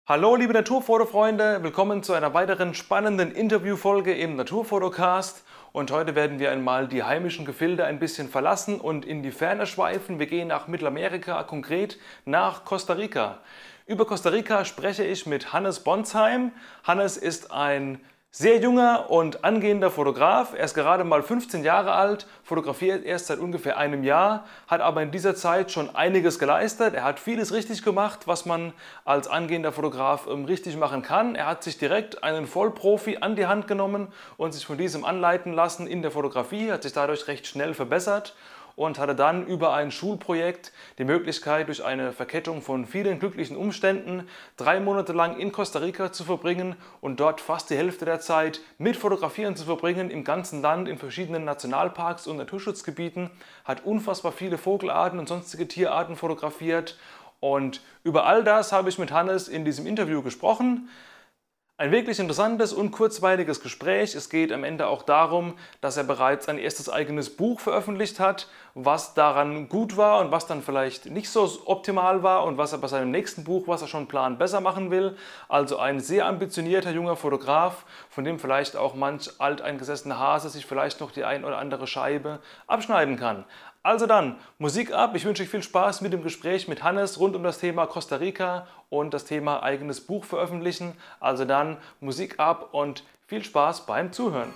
Hallo liebe Naturfotofreunde, willkommen zu einer weiteren spannenden Interviewfolge im Naturfotocast. Und heute werden wir einmal die heimischen Gefilde ein bisschen verlassen und in die Ferne schweifen. Wir gehen nach Mittelamerika, konkret nach Costa Rica. Über Costa Rica spreche ich mit Hannes Bonsheim. Hannes ist ein sehr junger und angehender Fotograf. Er ist gerade mal 15 Jahre alt, fotografiert erst seit ungefähr einem Jahr, hat aber in dieser Zeit schon einiges geleistet. Er hat vieles richtig gemacht, was man als angehender Fotograf richtig machen kann. Er hat sich direkt einen Vollprofi an die Hand genommen und sich von diesem anleiten lassen in der Fotografie, hat sich dadurch recht schnell verbessert und hatte dann über ein Schulprojekt die Möglichkeit, durch eine Verkettung von vielen glücklichen Umständen 3 Monate lang in Costa Rica zu verbringen und dort fast die Hälfte der Zeit mit Fotografieren zu verbringen, im ganzen Land, in verschiedenen Nationalparks und Naturschutzgebieten, hat unfassbar viele Vogelarten und sonstige Tierarten fotografiert. Und über all das habe ich mit Hannes in diesem Interview gesprochen. Ein wirklich interessantes und kurzweiliges Gespräch. Es geht am Ende auch darum, dass er bereits ein erstes eigenes Buch veröffentlicht hat, was daran gut war und was dann vielleicht nicht so optimal war und was er bei seinem nächsten Buch, was er schon plant, besser machen will. Also ein sehr ambitionierter junger Fotograf, von dem vielleicht auch manch alteingesessener Hase sich vielleicht noch die ein oder andere Scheibe abschneiden kann. Also dann, Musik ab. Ich wünsche euch viel Spaß mit dem Gespräch mit Hannes rund um das Thema Costa Rica und das Thema eigenes Buch veröffentlichen. Also dann, Musik ab und viel Spaß beim Zuhören.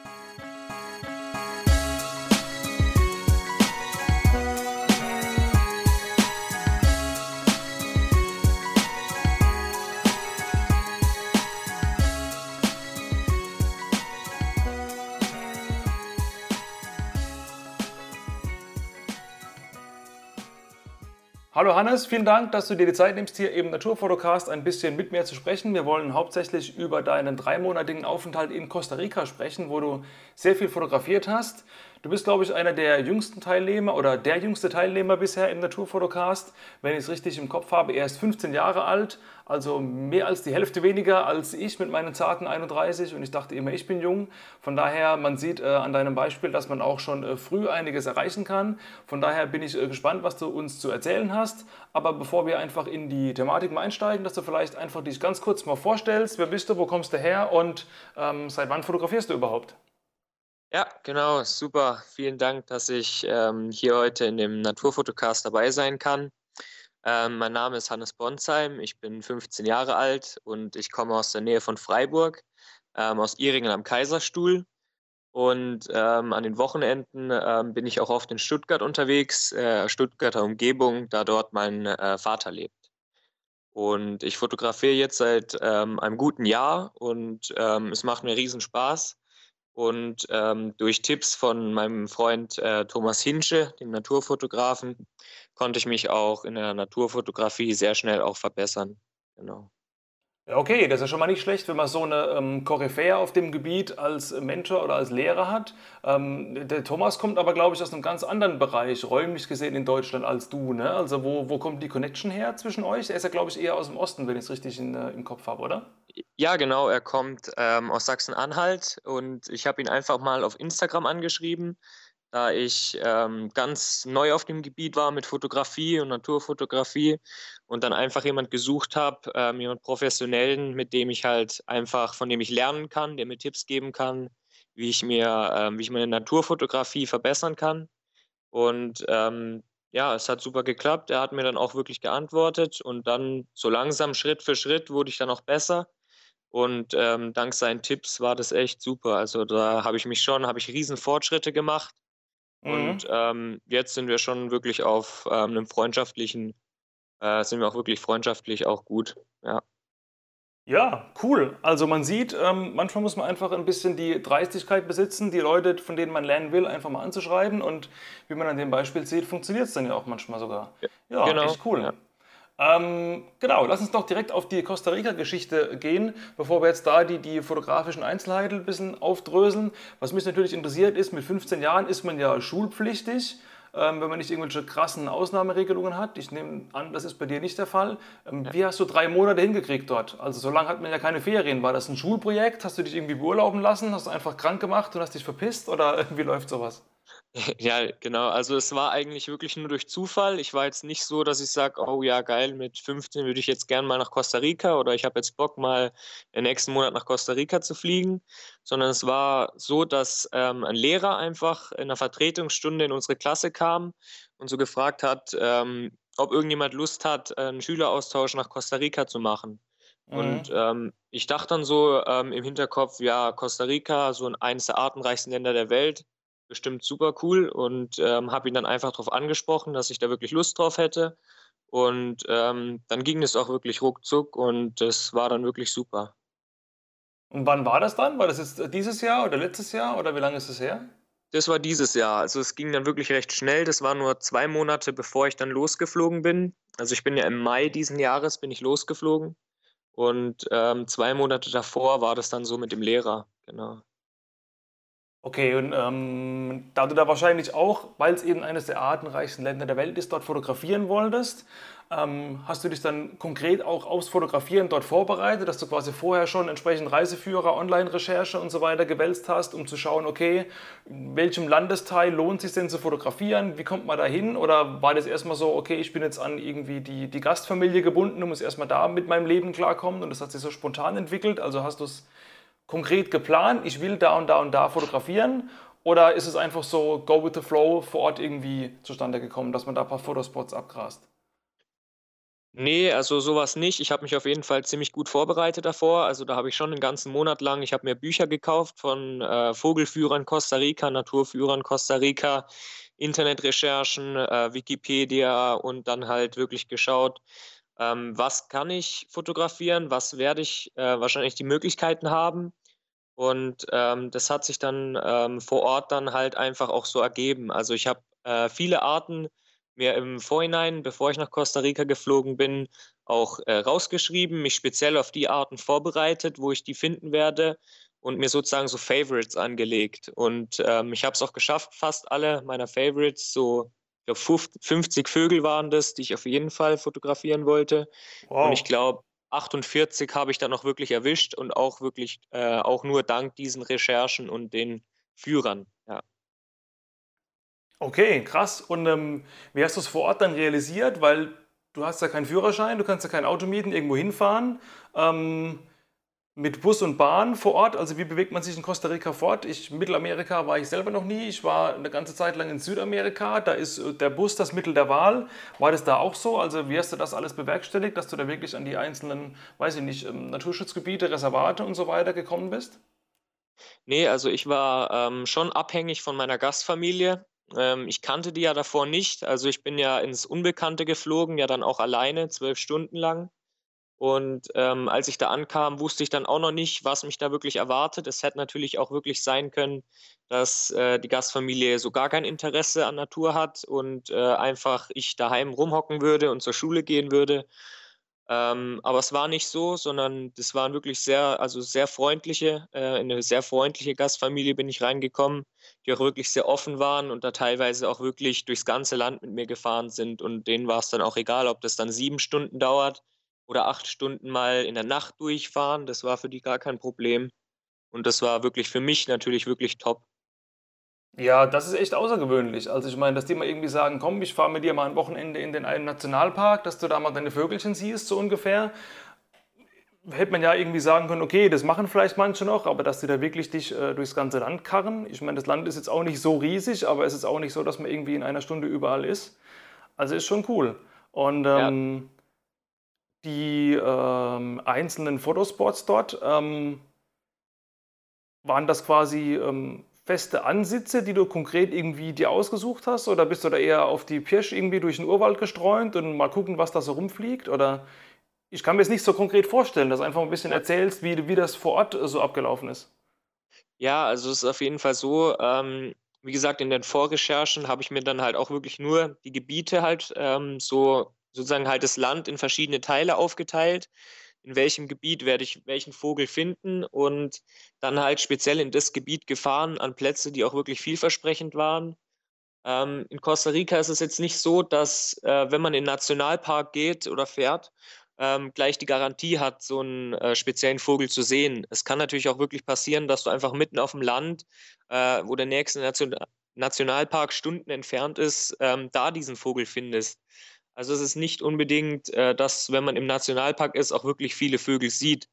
Hallo Hannes, vielen Dank, dass du dir die Zeit nimmst, hier im Naturfotocast ein bisschen mit mir zu sprechen. Wir wollen hauptsächlich über deinen 3-monatigen Aufenthalt in Costa Rica sprechen, wo du sehr viel fotografiert hast. Du bist, glaube ich, einer der jüngsten Teilnehmer oder der jüngste Teilnehmer bisher im Naturfotocast. Wenn ich es richtig im Kopf habe, er ist 15 Jahre alt, also mehr als die Hälfte weniger als ich mit meinen zarten 31 und ich dachte immer, ich bin jung. Von daher, man sieht an deinem Beispiel, dass man auch schon früh einiges erreichen kann. Von daher bin ich gespannt, was du uns zu erzählen hast. Aber bevor wir einfach in die Thematik mal einsteigen, dass du vielleicht einfach dich ganz kurz mal vorstellst. Wer bist du, wo kommst du her und seit wann fotografierst du überhaupt? Ja, genau, super. Vielen Dank, dass ich hier heute in dem Naturfotocast dabei sein kann. Mein Name ist Hannes Bonsheim, ich bin 15 Jahre alt und ich komme aus der Nähe von Freiburg, aus Ihringen am Kaiserstuhl. Und an den Wochenenden bin ich auch oft in Stuttgart unterwegs, Stuttgarter Umgebung, da dort mein Vater lebt. Und ich fotografiere jetzt seit einem guten Jahr und es macht mir riesen Spaß. Und durch Tipps von meinem Freund Thomas Hinsche, dem Naturfotografen, konnte ich mich auch in der Naturfotografie sehr schnell auch verbessern. Genau. Ja, okay, das ist ja schon mal nicht schlecht, wenn man so eine Koryphäe auf dem Gebiet als Mentor oder als Lehrer hat. Der Thomas kommt aber, glaube ich, aus einem ganz anderen Bereich, räumlich gesehen in Deutschland, als du. Ne? Also wo kommt die Connection her zwischen euch? Er ist ja, glaube ich, eher aus dem Osten, wenn ich es richtig im Kopf habe, oder? Ja, genau, er kommt aus Sachsen-Anhalt und ich habe ihn einfach mal auf Instagram angeschrieben, da ich ganz neu auf dem Gebiet war mit Fotografie und Naturfotografie und dann einfach jemand gesucht habe, jemand Professionellen, mit dem ich halt einfach, von dem ich lernen kann, der mir Tipps geben kann, wie ich meine Naturfotografie verbessern kann. Und ja, es hat super geklappt. Er hat mir dann auch wirklich geantwortet und dann so langsam Schritt für Schritt wurde ich dann auch besser. Und dank seinen Tipps war das echt super. Also da habe ich riesen Fortschritte gemacht. Und Mhm. jetzt sind wir schon wirklich auf 'nem freundschaftlichen sind wir auch wirklich freundschaftlich auch gut, ja. Ja, cool. Also man sieht, manchmal muss man einfach ein bisschen die Dreistigkeit besitzen, die Leute, von denen man lernen will, einfach mal anzuschreiben. Und wie man an dem Beispiel sieht, funktioniert es dann ja auch manchmal sogar. Ge Ja, genau, echt cool. ja. Genau, lass uns doch direkt auf die Costa Rica-Geschichte gehen, bevor wir jetzt da die fotografischen Einzelheiten ein bisschen aufdröseln. Was mich natürlich interessiert ist, mit 15 Jahren ist man ja schulpflichtig, wenn man nicht irgendwelche krassen Ausnahmeregelungen hat. Ich nehme an, das ist bei dir nicht der Fall. Ja. Wie hast du 3 Monate hingekriegt dort? Also so lange hat man ja keine Ferien. War das ein Schulprojekt? Hast du dich irgendwie beurlauben lassen? Hast du einfach krank gemacht und hast dich verpisst? Oder wie läuft sowas? Ja, genau. Also, es war eigentlich wirklich nur durch Zufall. Ich war jetzt nicht so, dass ich sage: „Oh ja, geil, mit 15 würde ich jetzt gern mal nach Costa Rica“ oder „Ich habe jetzt Bock, mal im nächsten Monat nach Costa Rica zu fliegen“, sondern es war so, dass, ein Lehrer einfach in 'ner Vertretungsstunde in unsere Klasse kam und so gefragt hat, ob irgendjemand Lust hat, 'n Schüleraustausch nach Costa Rica zu machen. Und, Mhm. ich dachte dann so, im Hinterkopf: „Ja, Costa Rica, so eines der artenreichsten Länder der Welt, bestimmt super cool“, und, habe ihn dann einfach drauf angesprochen, dass ich da wirklich Lust drauf hätte. Und, dann ging es auch wirklich ruckzuck und das war dann wirklich super. Und wann war das dann? War das jetzt dieses Jahr oder letztes Jahr oder wie lange ist es her? Das war dieses Jahr. Also, es ging dann wirklich recht schnell. Das war nur 2 Monate, bevor ich dann losgeflogen bin. Also, ich bin ja im Mai diesen Jahres bin ich losgeflogen und, 2 Monate davor war das dann so mit dem Lehrer, genau. Okay, und, da du da wahrscheinlich auch, weil es eben eines der artenreichsten Länder der Welt ist, dort fotografieren wolltest, hast du dich dann konkret auch aufs Fotografieren dort vorbereitet, dass du quasi vorher schon entsprechend Reiseführer, Online-Recherche und so weiter gewälzt hast, um zu schauen, okay, in welchem Landesteil lohnt sich denn zu fotografieren? Wie kommt man da hin? Oder war das erstmal so, okay, ich bin jetzt an irgendwie die Gastfamilie gebunden und muss erstmal da mit meinem Leben klarkommen und das hat sich so spontan entwickelt? Also hast du es konkret geplant, ich will da und da und da fotografieren? Oder ist es einfach so go with the flow vor Ort irgendwie zustande gekommen, dass man da ein paar Fotospots abgrast? Ne, also sowas nicht. Ich habe mich auf jeden Fall ziemlich gut vorbereitet davor. Also, da habe ich schon 'n ganzen Monat lang ich habe mir Bücher gekauft von, Vogelführern Costa Rica, Naturführern Costa Rica, Internetrecherchen, Wikipedia und dann halt wirklich geschaut, was kann ich fotografieren, was werde ich, wahrscheinlich die Möglichkeiten haben. Und, das hat sich dann, vor Ort dann halt einfach auch so ergeben. Also, ich habe, viele Arten mir im Vorhinein, bevor ich nach Costa Rica geflogen bin, auch, rausgeschrieben, mich speziell auf die Arten vorbereitet, wo ich die finden werde und mir sozusagen so Favorites angelegt. Und, ich habe es auch geschafft, fast alle meiner Favorites, so, ich glaube, 50 Vögel waren das, die ich auf jeden Fall fotografieren wollte. Und ich Wow. glaube, 48 habe ich dann auch wirklich erwischt und auch wirklich auch nur dank diesen Recherchen und den Führern, ja. Okay, krass. Und wie hast du es vor Ort dann realisiert? Weil du hast ja keinen Führerschein, du kannst ja kein Auto mieten, irgendwo hinfahren. Ähm, Mit Bus und Bahn vor Ort, also wie bewegt man sich in Costa Rica fort? Mittelamerika war ich selber noch nie. Ich war eine ganze Zeit lang in Südamerika. Da ist der Bus das Mittel der Wahl. War das da auch so? Also wie hast du das alles bewerkstelligt, dass du da wirklich an die einzelnen, weiß ich nicht, Naturschutzgebiete, Reservate und so weiter gekommen bist? Ne, also ich war, schon abhängig von meiner Gastfamilie. Ich kannte die ja davor nicht. Also, ich bin ja ins Unbekannte geflogen, ja dann auch alleine 12 Stunden lang. Und, als ich da ankam, wusste ich dann auch noch nicht, was mich da wirklich erwartet. Es hätte natürlich auch wirklich sein können, dass, die Gastfamilie so gar kein Interesse an Natur hat und, einfach ich daheim rumhocken würde und zur Schule gehen würde. Aber es war nicht so, sondern das waren wirklich sehr freundliche in 'ne sehr freundliche Gastfamilie bin ich reingekommen, die auch wirklich sehr offen waren und da teilweise auch wirklich durchs ganze Land mit mir gefahren sind. Und denen war es dann auch egal, ob das dann 7 Stunden dauert oder 8 Stunden mal in der Nacht durchfahren. Das war für die gar kein Problem. Und das war wirklich für mich natürlich wirklich top. Ja, das ist echt außergewöhnlich. Also ich meine, dass die mal irgendwie sagen, komm, ich fahre mit dir mal ein Wochenende in den einen Nationalpark, dass du da mal deine Vögelchen siehst, so ungefähr. Hätte man ja irgendwie sagen können, okay, das machen vielleicht manche noch, aber dass die da wirklich dich durchs ganze Land karren. Ich meine, das Land ist jetzt auch nicht so riesig, aber es ist auch nicht so, dass man irgendwie in einer Stunde überall ist. Also ist schon cool. Und Ja. die einzelnen Fotospots dort, waren das quasi feste Ansitze, die du konkret irgendwie dir ausgesucht hast? Oder bist du da eher auf die Pirsch irgendwie durch den Urwald gestreunt und mal gucken, was da so rumfliegt? Oder ich kann mir es nicht so konkret vorstellen, dass du einfach ein bisschen Ja. erzählst, wie das vor Ort so abgelaufen ist. Ja, also es ist auf jeden Fall so, wie gesagt, in den Vorrecherchen habe ich mir dann halt auch wirklich nur die Gebiete halt, so sozusagen halt das Land in verschiedene Teile aufgeteilt. In welchem Gebiet werde ich welchen Vogel finden und dann halt speziell in das Gebiet gefahren an Plätze, die auch wirklich vielversprechend waren. In Costa Rica ist es jetzt nicht so, dass, wenn man in 'n Nationalpark geht oder fährt, gleich die Garantie hat, so einen speziellen Vogel zu sehen. Es kann natürlich auch wirklich passieren, dass du einfach mitten auf dem Land, wo der nächste Nationalpark Stunden entfernt ist, da diesen Vogel findest. Also, es ist nicht unbedingt, dass, wenn man im Nationalpark ist, auch wirklich viele Vögel sieht.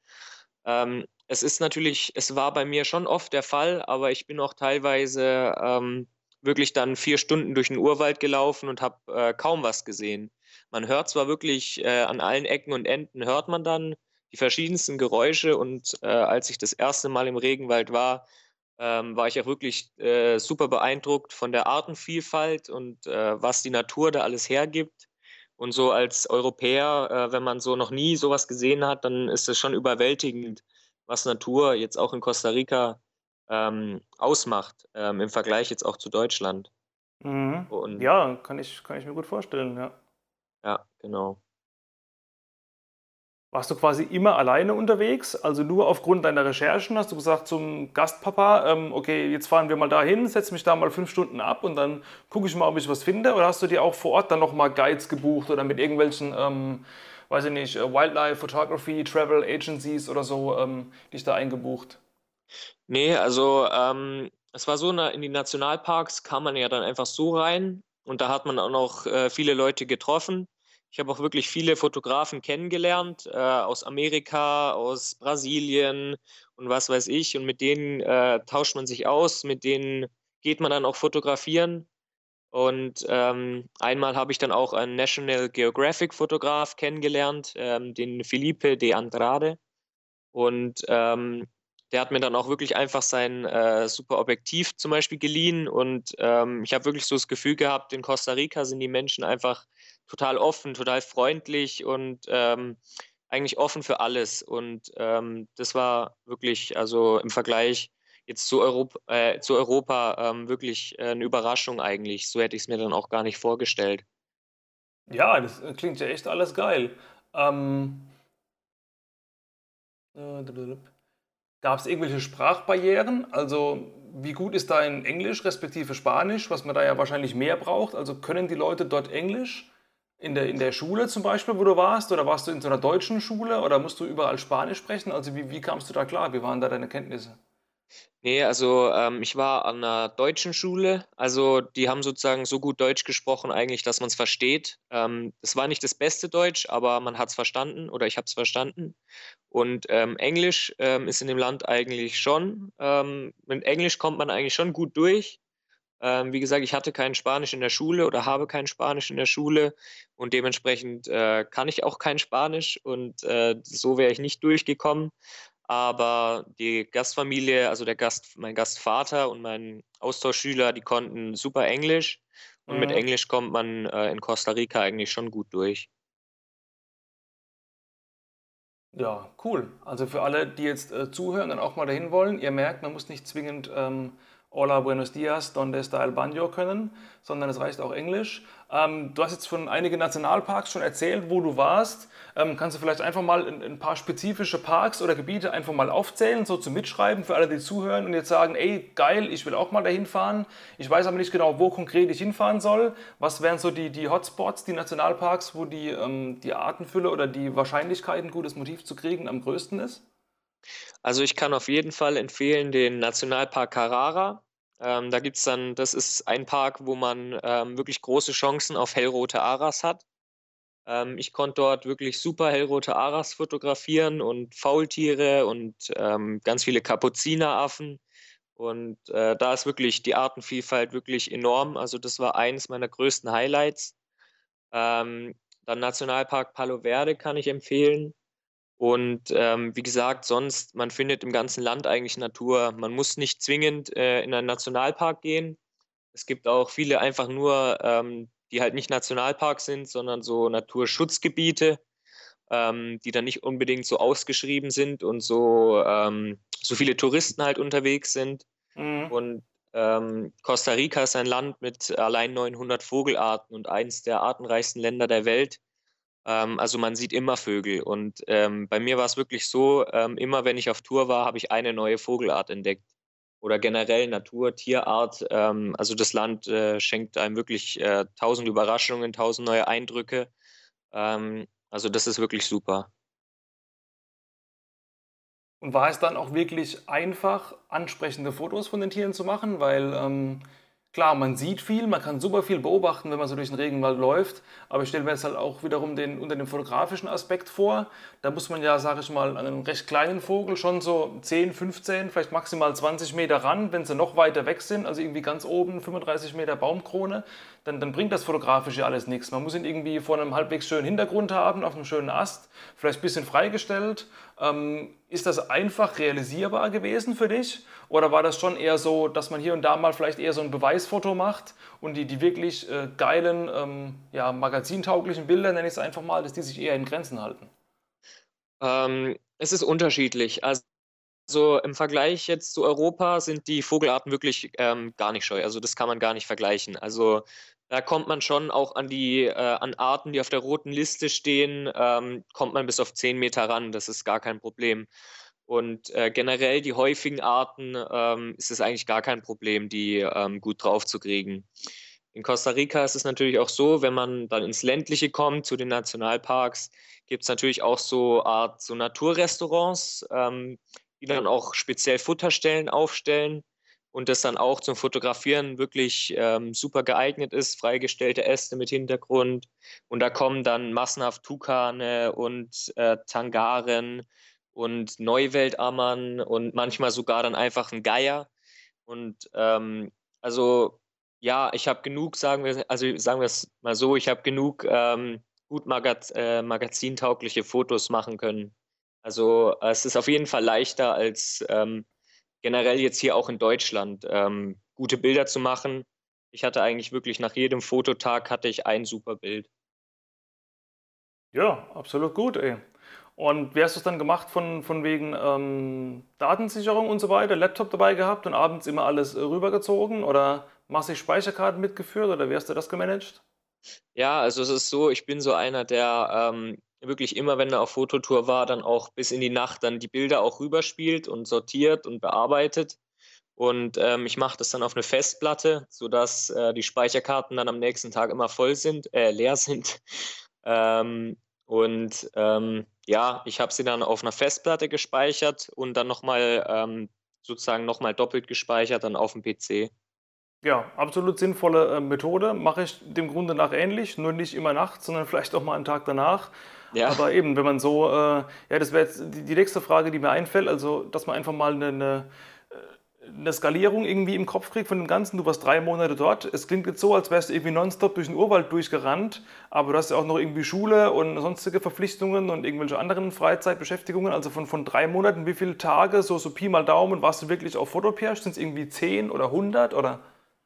Es war bei mir schon oft der Fall, aber ich bin auch teilweise, wirklich dann 4 Stunden durch den Urwald gelaufen und habe, kaum was gesehen. Man hört zwar wirklich, an allen Ecken und Enden hört man dann die verschiedensten Geräusche und, als ich das erste Mal im Regenwald war ich auch wirklich, super beeindruckt von der Artenvielfalt und, was die Natur da alles hergibt. Und so als Europäer, wenn man so noch nie so was gesehen hat, dann ist es schon überwältigend, was Natur jetzt auch in Costa Rica, ausmacht, im Vergleich jetzt auch zu Deutschland. Mhm. Und Ja, kann ich mir gut vorstellen, ja. ja, genau. Warst du quasi immer alleine unterwegs? Also nur aufgrund deiner Recherchen hast du gesagt zum Gastpapa, okay, jetzt fahren wir mal dahin, setz mich da mal 5 Stunden ab und dann gucke ich mal, ob ich was finde? Oder hast du dir auch vor Ort dann nochmal Guides gebucht oder mit irgendwelchen, weiß ich nicht, Wildlife Photography, Travel Agencies oder so, dich da eingebucht? Ne, also, es war so, in die Nationalparks kam man ja dann einfach so rein und da hat man auch noch, viele Leute getroffen. Ich habe auch wirklich viele Fotografen kennengelernt, aus Amerika, aus Brasilien und was weiß ich. Und mit denen, tauscht man sich aus, mit denen geht man dann auch fotografieren. Und, einmal habe ich dann auch einen National Geographic Fotograf kennengelernt, den Felipe de Andrade. Und, der hat mir dann auch wirklich einfach sein, super Objektiv zum Beispiel geliehen und, ich habe wirklich so das Gefühl gehabt, in Costa Rica sind die Menschen einfach total offen, total freundlich und, eigentlich offen für alles. Und, das war wirklich, also, im Vergleich jetzt zu Europa, wirklich, 'ne Überraschung eigentlich. So hätte ich es mir dann auch gar nicht vorgestellt. Ja, das klingt ja echt alles geil. Ähm, Gab es irgendwelche Sprachbarrieren? Also, wie gut ist dein Englisch respektive Spanisch, was man da ja wahrscheinlich mehr braucht? Also, können die Leute dort Englisch? In der Schule zum Beispiel, wo du warst? Oder warst du in so einer deutschen Schule? Oder musst du überall Spanisch sprechen? Also, wie kamst du da klar? Wie waren da deine Kenntnisse? Ne, also, ich war an 'ner deutschen Schule. Also, die haben sozusagen so gut Deutsch gesprochen eigentlich, dass man's versteht. Es war nicht das beste Deutsch, aber man hat's verstanden oder ich habe es verstanden. Und, Englisch, ist in dem Land eigentlich schon mit Englisch kommt man eigentlich schon gut durch. Wie gesagt, ich hatte kein Spanisch in der Schule oder habe kein Spanisch in der Schule und dementsprechend, kann ich auch kein Spanisch und, so wäre ich nicht durchgekommen. Aber die Gastfamilie, also mein Gastvater und mein Austauschschüler, die konnten super Englisch und mit Mhm. Englisch kommt man, in Costa Rica eigentlich schon gut durch. Ja, cool. Also für alle, die jetzt zuhören und auch mal dahin wollen, ihr merkt, man muss nicht zwingend Hola, buenos dias, donde está el baño können, sondern es reicht auch Englisch. Du hast jetzt von einigen Nationalparks schon erzählt, wo du warst. Kannst du vielleicht einfach mal ein paar spezifische Parks oder Gebiete einfach mal aufzählen, so zum Mitschreiben für alle, die zuhören und jetzt sagen, ey, geil, ich will auch mal dahin fahren. Ich weiß aber nicht genau, wo konkret ich hinfahren soll. Was wären so die Hotspots, die Nationalparks, wo die Artenfülle oder die Wahrscheinlichkeit, ein gutes Motiv zu kriegen, am größten ist? Also, ich kann auf jeden Fall empfehlen den Nationalpark Carrara. Da gibt's dann das ist ein Park, wo man, wirklich große Chancen auf hellrote Aras hat. Ich konnte dort wirklich super hellrote Aras fotografieren und Faultiere und, ganz viele Kapuzineraffen. Und, da ist wirklich die Artenvielfalt wirklich enorm. Also, das war eines meiner größten Highlights. Ähm, Dann Nationalpark Palo Verde kann ich empfehlen. Und, wie gesagt, sonst man findet im ganzen Land eigentlich Natur. Man muss nicht zwingend, in einen Nationalpark gehen. Es gibt auch viele einfach nur, die halt nicht Nationalpark sind, sondern so Naturschutzgebiete, die dann nicht unbedingt so ausgeschrieben sind und so viele Touristen halt unterwegs sind. Mhm. Und, Costa Rica ist ein Land mit allein 900 Vogelarten und eins der artenreichsten Länder der Welt. Also, man sieht immer Vögel und, bei mir war es wirklich so, immer wenn ich auf Tour war, habe ich eine neue Vogelart entdeckt oder generell Natur, Tierart. Also, das Land, schenkt einem wirklich, 1.000 Überraschungen, 1.000 neue Eindrücke. Also, das ist wirklich super. Und war es dann auch wirklich einfach, ansprechende Fotos von den Tieren zu machen? Weil Klar, man sieht viel, man kann super viel beobachten, wenn man so durch den Regenwald läuft, aber ich stelle mir jetzt halt auch wiederum unter dem fotografischen Aspekt vor. Da muss man ja, sage ich mal, an einen recht kleinen Vogel schon so 10, 15, vielleicht maximal 20 Meter ran, wenn sie noch weiter weg sind, also irgendwie ganz oben 35 Meter Baumkrone, dann bringt das fotografisch ja alles nichts. Man muss ihn irgendwie vor einem halbwegs schönen Hintergrund haben, auf einem schönen Ast, vielleicht ein bisschen freigestellt. Ist das einfach realisierbar gewesen für dich? Oder war das schon eher so, dass man hier und da mal vielleicht eher so ein Beweisfoto macht und die wirklich geilen, ja, magazintauglichen Bilder, nenne ich es einfach mal, dass die sich eher in Grenzen halten? Es ist unterschiedlich. Also im Vergleich jetzt zu Europa sind die Vogelarten wirklich gar nicht scheu. Also das kann man gar nicht vergleichen. Also da kommt man schon auch an Arten, die auf der roten Liste stehen, kommt man bis auf 10 Meter ran. Das ist gar kein Problem. Und generell die häufigen Arten ist es eigentlich gar kein Problem, die gut drauf zu kriegen. In Costa Rica ist es natürlich auch so, wenn man dann ins Ländliche kommt, zu den Nationalparks, gibt es natürlich auch so Naturrestaurants, die dann auch speziell Futterstellen aufstellen und das dann auch zum Fotografieren wirklich super geeignet ist, freigestellte Äste mit Hintergrund. Und da kommen dann massenhaft Tukane und Tangaren und Neuweltammern und manchmal sogar dann einfach ein Geier. Und also ja, ich habe genug, sagen wir es mal so, ich habe genug gut magazintaugliche Fotos machen können. Also es ist auf jeden Fall leichter als generell jetzt hier auch in Deutschland gute Bilder zu machen. Ich hatte eigentlich wirklich nach jedem Fototag hatte ich ein super Bild. Ja, absolut gut, ey. Und wie hast du es dann gemacht von wegen Datensicherung und so weiter? Laptop dabei gehabt und abends immer alles rübergezogen oder massig Speicherkarten mitgeführt oder wie hast du das gemanagt? Ja, also es ist so, ich bin so einer, der wirklich immer, wenn er auf Fototour war, dann auch bis in die Nacht dann die Bilder auch rüberspielt und sortiert und bearbeitet. Und ich mache das dann auf eine Festplatte, sodass die Speicherkarten dann am nächsten Tag immer leer sind. Ja, ich habe sie dann auf einer Festplatte gespeichert und dann nochmal sozusagen nochmal doppelt gespeichert dann auf dem PC. Ja, absolut sinnvolle Methode. Mache ich dem Grunde nach ähnlich, nur nicht immer nachts, sondern vielleicht auch mal einen Tag danach. Ja. Aber eben, wenn man so, ja, das wäre jetzt die nächste Frage, die mir einfällt, also dass man einfach mal eine Skalierung irgendwie im Kopf kriegt von dem Ganzen. Du warst 3 Monate dort. Es klingt jetzt so, als wärst du irgendwie nonstop durch den Urwald durchgerannt, aber du hast ja auch noch irgendwie Schule und sonstige Verpflichtungen und irgendwelche anderen Freizeitbeschäftigungen. Also von 3 Monaten, wie viele Tage, so Pi mal Daumen, warst du wirklich auf Fotopiersch? Sind es irgendwie 10 oder 100 oder?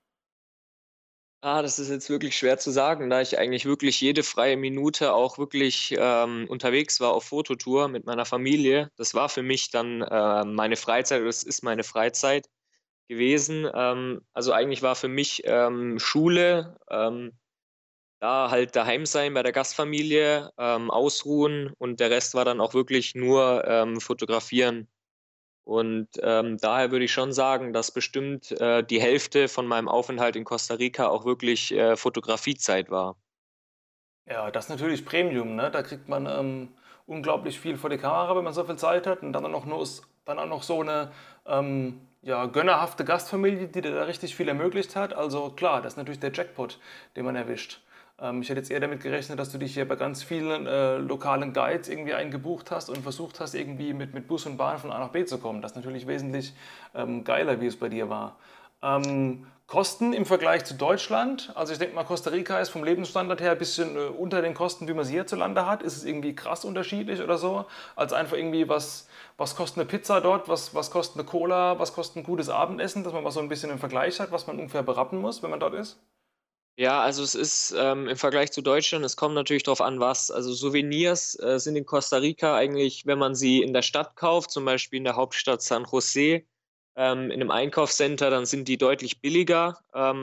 Das ist jetzt wirklich schwer zu sagen, da ich eigentlich wirklich jede freie Minute auch wirklich unterwegs war auf Fototour mit meiner Familie. Das war für mich dann meine Freizeit, oder es ist meine Freizeit gewesen. Also eigentlich war für mich Schule, da halt daheim sein bei der Gastfamilie, ausruhen und der Rest war dann auch wirklich nur fotografieren. Und daher würde ich schon sagen, dass bestimmt die Hälfte von meinem Aufenthalt in Costa Rica auch wirklich Fotografiezeit war. Ja, das ist natürlich Premium, ne? Da kriegt man unglaublich viel vor die Kamera, wenn man so viel Zeit hat. Und dann auch noch so eine ja, gönnerhafte Gastfamilie, die dir da richtig viel ermöglicht hat. Also klar, das ist natürlich der Jackpot, den man erwischt. Ich hätte jetzt eher damit gerechnet, dass du dich hier bei ganz vielen lokalen Guides irgendwie eingebucht hast und versucht hast, irgendwie mit Bus und Bahn von A nach B zu kommen. Das ist natürlich wesentlich geiler, wie es bei dir war. Kosten im Vergleich zu Deutschland. Also ich denke mal, Costa Rica ist vom Lebensstandard her ein bisschen unter den Kosten, wie man sie hierzulande hat. Ist es irgendwie krass unterschiedlich oder so? Als einfach irgendwie, was kostet eine Pizza dort, was kostet eine Cola, was kostet ein gutes Abendessen, dass man mal so ein bisschen im Vergleich hat, was man ungefähr berappen muss, wenn man dort ist? Ja, also es ist im Vergleich zu Deutschland, es kommt natürlich darauf an, was. Also Souvenirs sind in Costa Rica eigentlich, wenn man sie in der Stadt kauft, zum Beispiel in der Hauptstadt San José, in einem Einkaufscenter, dann sind die deutlich billiger.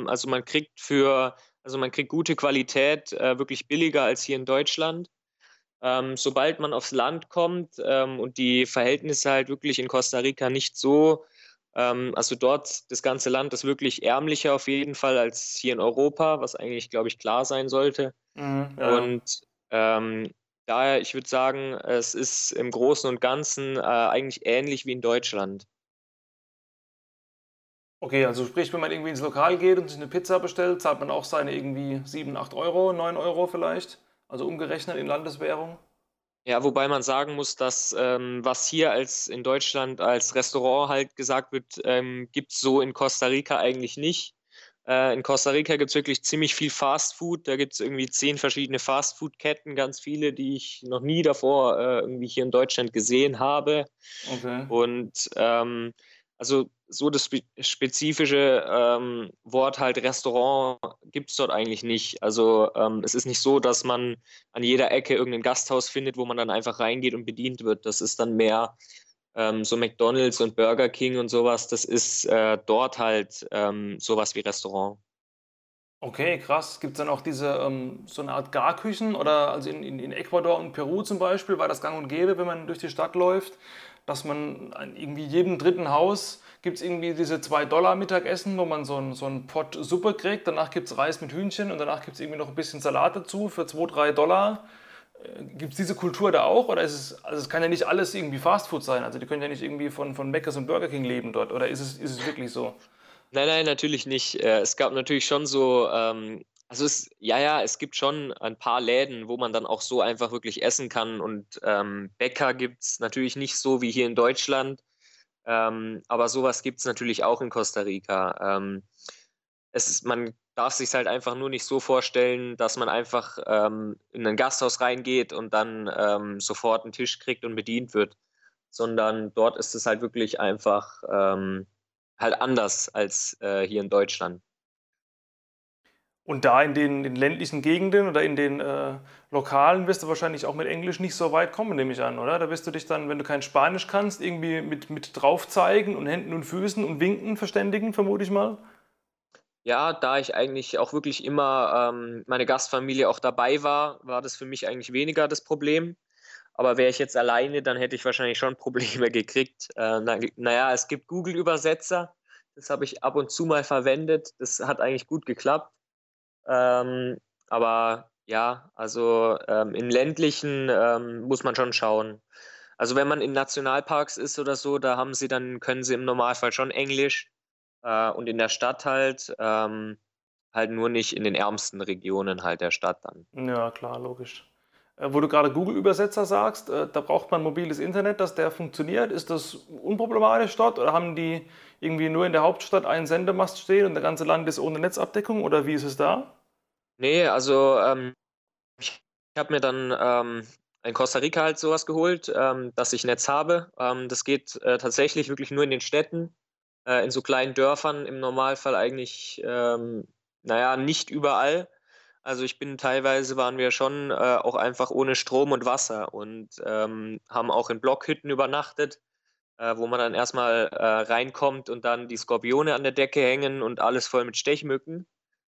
Also man kriegt gute Qualität, wirklich billiger als hier in Deutschland. Sobald man aufs Land kommt und die Verhältnisse halt wirklich in Costa Rica nicht so, also dort das ganze Land ist wirklich ärmlicher auf jeden Fall als hier in Europa, was eigentlich, glaube ich, klar sein sollte. Mhm, ja, ja. Und daher, ich würde sagen, es ist im Großen und Ganzen eigentlich ähnlich wie in Deutschland. Okay, also sprich, wenn man irgendwie ins Lokal geht und sich eine Pizza bestellt, zahlt man auch seine irgendwie 7, 8 Euro, 9 Euro vielleicht? Also umgerechnet in Landeswährung? Ja, wobei man sagen muss, dass was hier als in Deutschland als Restaurant halt gesagt wird, gibt es so in Costa Rica eigentlich nicht. In Costa Rica gibt es wirklich ziemlich viel Fast Food. Da gibt es irgendwie 10 verschiedene Fast Food-Ketten, ganz viele, die ich noch nie davor irgendwie hier in Deutschland gesehen habe. Okay. Und also so das spezifische Wort halt Restaurant gibt es dort eigentlich nicht. Also es ist nicht so, dass man an jeder Ecke irgendein Gasthaus findet, wo man dann einfach reingeht und bedient wird. Das ist dann mehr so McDonald's und Burger King und sowas. Das ist dort halt sowas wie Restaurant. Okay, krass. Gibt es dann auch diese, so eine Art Garküchen oder also in Ecuador und Peru zum Beispiel war das gang und gäbe, wenn man durch die Stadt läuft, dass man an irgendwie jedem dritten Haus gibt es irgendwie diese 2 $ Mittagessen, wo man so einen Pott Suppe kriegt, danach gibt es Reis mit Hühnchen und danach gibt es irgendwie noch ein bisschen Salat dazu für 2, 3 $. Gibt es diese Kultur da auch oder ist es, also es kann ja nicht alles irgendwie Fastfood sein, also die können ja nicht irgendwie von Mc's und Burger King leben dort oder ist es wirklich so? Nein, nein, natürlich nicht. Es gab natürlich schon so, also ja, ja, es gibt schon ein paar Läden, wo man dann auch so einfach wirklich essen kann. Und Bäcker gibt es natürlich nicht so wie hier in Deutschland, aber sowas gibt es natürlich auch in Costa Rica. Man darf sich halt einfach nur nicht so vorstellen, dass man einfach in ein Gasthaus reingeht und dann sofort einen Tisch kriegt und bedient wird, sondern dort ist es halt wirklich einfach halt anders als hier in Deutschland. Und da in den ländlichen Gegenden oder in den Lokalen wirst du wahrscheinlich auch mit Englisch nicht so weit kommen, nehme ich an, oder? Da wirst du dich dann, wenn du kein Spanisch kannst, irgendwie mit drauf zeigen und Händen und Füßen und Winken verständigen, vermute ich mal. Ja, da ich eigentlich auch wirklich immer meine Gastfamilie auch dabei war, war das für mich eigentlich weniger das Problem. Aber wäre ich jetzt alleine, dann hätte ich wahrscheinlich schon Probleme gekriegt. Naja, es gibt Google-Übersetzer. Das habe ich ab und zu mal verwendet. Das hat eigentlich gut geklappt. Ähm, aber ja, also im ländlichen muss man schon schauen. Also wenn man in Nationalparks ist oder so, können sie im Normalfall schon Englisch. Und in der Stadt halt nur nicht in den ärmsten Regionen halt der Stadt dann. Ja, klar, logisch. Wo du gerade Google-Übersetzer sagst, da braucht man mobiles Internet, dass der funktioniert. Ist das unproblematisch dort oder haben die irgendwie nur in der Hauptstadt einen Sendemast stehen und der ganze Land ist ohne Netzabdeckung oder wie ist es da? Nee, also ich habe mir dann in Costa Rica halt sowas geholt, dass ich Netz habe. Das geht tatsächlich wirklich nur in den Städten, in so kleinen Dörfern im Normalfall eigentlich, naja, nicht überall. Also teilweise waren wir schon auch einfach ohne Strom und Wasser und haben auch in Blockhütten übernachtet, wo man dann erstmal reinkommt und dann die Skorpione an der Decke hängen und alles voll mit Stechmücken.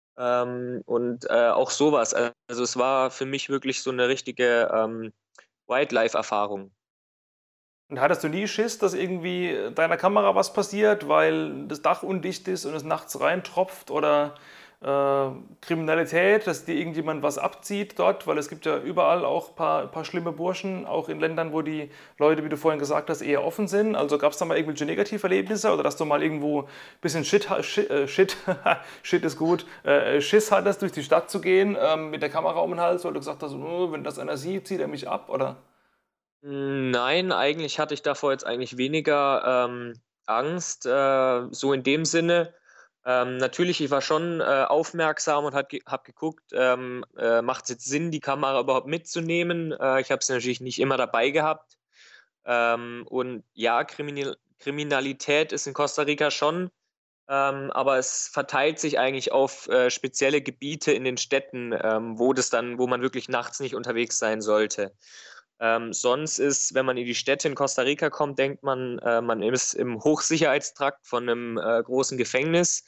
Und auch sowas. Also es war für mich wirklich so eine richtige Wildlife-Erfahrung. Und hattest du nie Schiss, dass irgendwie deiner Kamera was passiert, weil das Dach undicht ist und es nachts reintropft oder Kriminalität, dass dir irgendjemand was abzieht dort, weil es gibt ja überall auch ein paar schlimme Burschen, auch in Ländern, wo die Leute, wie du vorhin gesagt hast, eher offen sind. Also gab es da mal irgendwelche Negativerlebnisse oder dass du mal irgendwo ein bisschen Shit ist gut, Schiss hattest, durch die Stadt zu gehen mit der Kamera um den Hals, weil du gesagt hast, oh, wenn das einer sieht, zieht er mich ab, oder? Nein, eigentlich hatte ich davor jetzt eigentlich weniger Angst, so in dem Sinne. Natürlich, ich war schon aufmerksam und habe geguckt, macht es jetzt Sinn, die Kamera überhaupt mitzunehmen? Ich habe sie natürlich nicht immer dabei gehabt. Und ja, Kriminalität ist in Costa Rica schon, aber es verteilt sich eigentlich auf spezielle Gebiete in den Städten, wo man wirklich nachts nicht unterwegs sein sollte. Sonst ist, wenn man in die Städte in Costa Rica kommt, denkt man, man ist im Hochsicherheitstrakt von einem großen Gefängnis.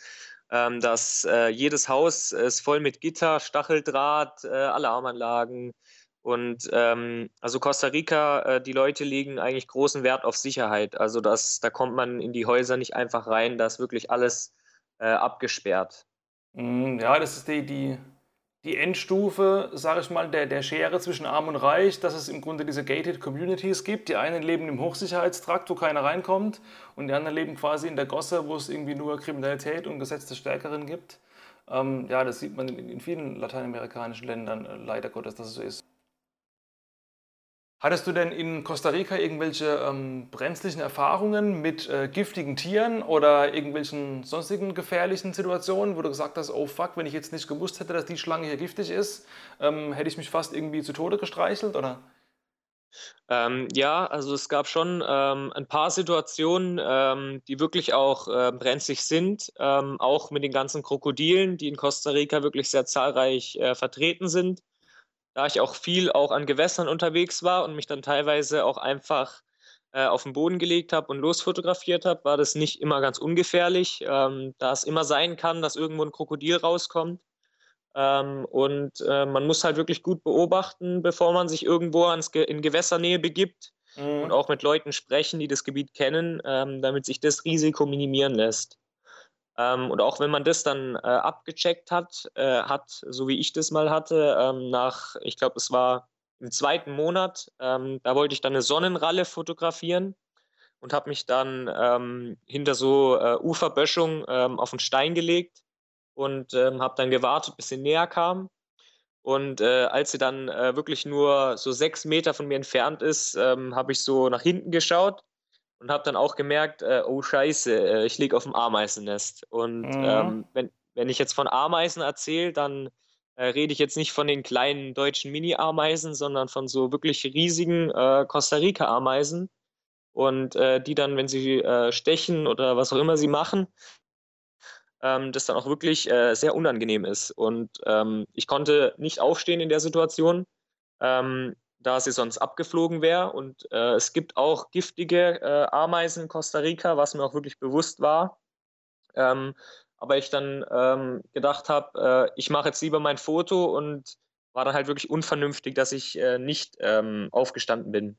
Jedes Haus ist voll mit Gitter, Stacheldraht, Alarmanlagen. Und also Costa Rica, die Leute legen eigentlich großen Wert auf Sicherheit. Also da kommt man in die Häuser nicht einfach rein, da ist wirklich alles abgesperrt. Ja, das ist die die Endstufe, sage ich mal, der Schere zwischen Arm und Reich, dass es im Grunde diese gated Communities gibt. Die einen leben im Hochsicherheitstrakt, wo keiner reinkommt, und die anderen leben quasi in der Gosse, wo es irgendwie nur Kriminalität und Gesetz des Stärkeren gibt. Ja, das sieht man in vielen lateinamerikanischen Ländern leider Gottes, dass es so ist. Hattest du denn in Costa Rica irgendwelche brenzlichen Erfahrungen mit giftigen Tieren oder irgendwelchen sonstigen gefährlichen Situationen, wo du gesagt hast, oh fuck, wenn ich jetzt nicht gewusst hätte, dass die Schlange hier giftig ist, hätte ich mich fast irgendwie zu Tode gestreichelt, oder? Ja, also es gab schon ein paar Situationen, die wirklich auch brenzlig sind, auch mit den ganzen Krokodilen, die in Costa Rica wirklich sehr zahlreich vertreten sind. Da ich auch viel auch an Gewässern unterwegs war und mich dann teilweise auch einfach auf den Boden gelegt habe und losfotografiert habe, war das nicht immer ganz ungefährlich, da es immer sein kann, dass irgendwo ein Krokodil rauskommt. Man muss halt wirklich gut beobachten, bevor man sich irgendwo in Gewässernähe begibt und Mhm. auch mit Leuten sprechen, die das Gebiet kennen, damit sich das Risiko minimieren lässt. Und auch wenn man das dann abgecheckt hat, so wie ich das mal hatte, ich glaube, es war im zweiten Monat, da wollte ich dann eine Sonnenralle fotografieren und habe mich dann hinter so Uferböschung auf einen Stein gelegt und habe dann gewartet, bis sie näher kam. Und als sie dann wirklich nur so 6 Meter von mir entfernt ist, habe ich so nach hinten geschaut und habe dann auch gemerkt, oh Scheiße, ich liege auf dem Ameisennest. Und Mhm. wenn ich jetzt von Ameisen erzähle, dann rede ich jetzt nicht von den kleinen deutschen Mini-Ameisen, sondern von so wirklich riesigen Costa Rica-Ameisen. Und die dann, wenn sie stechen oder was auch immer sie machen, das dann auch wirklich sehr unangenehm ist. Und ich konnte nicht aufstehen in der Situation, da sie sonst abgeflogen wäre. Und es gibt auch giftige Ameisen in Costa Rica, was mir auch wirklich bewusst war. Ähm, aber ich dann gedacht habe, ich mache jetzt lieber mein Foto und war dann halt wirklich unvernünftig, dass ich nicht aufgestanden bin.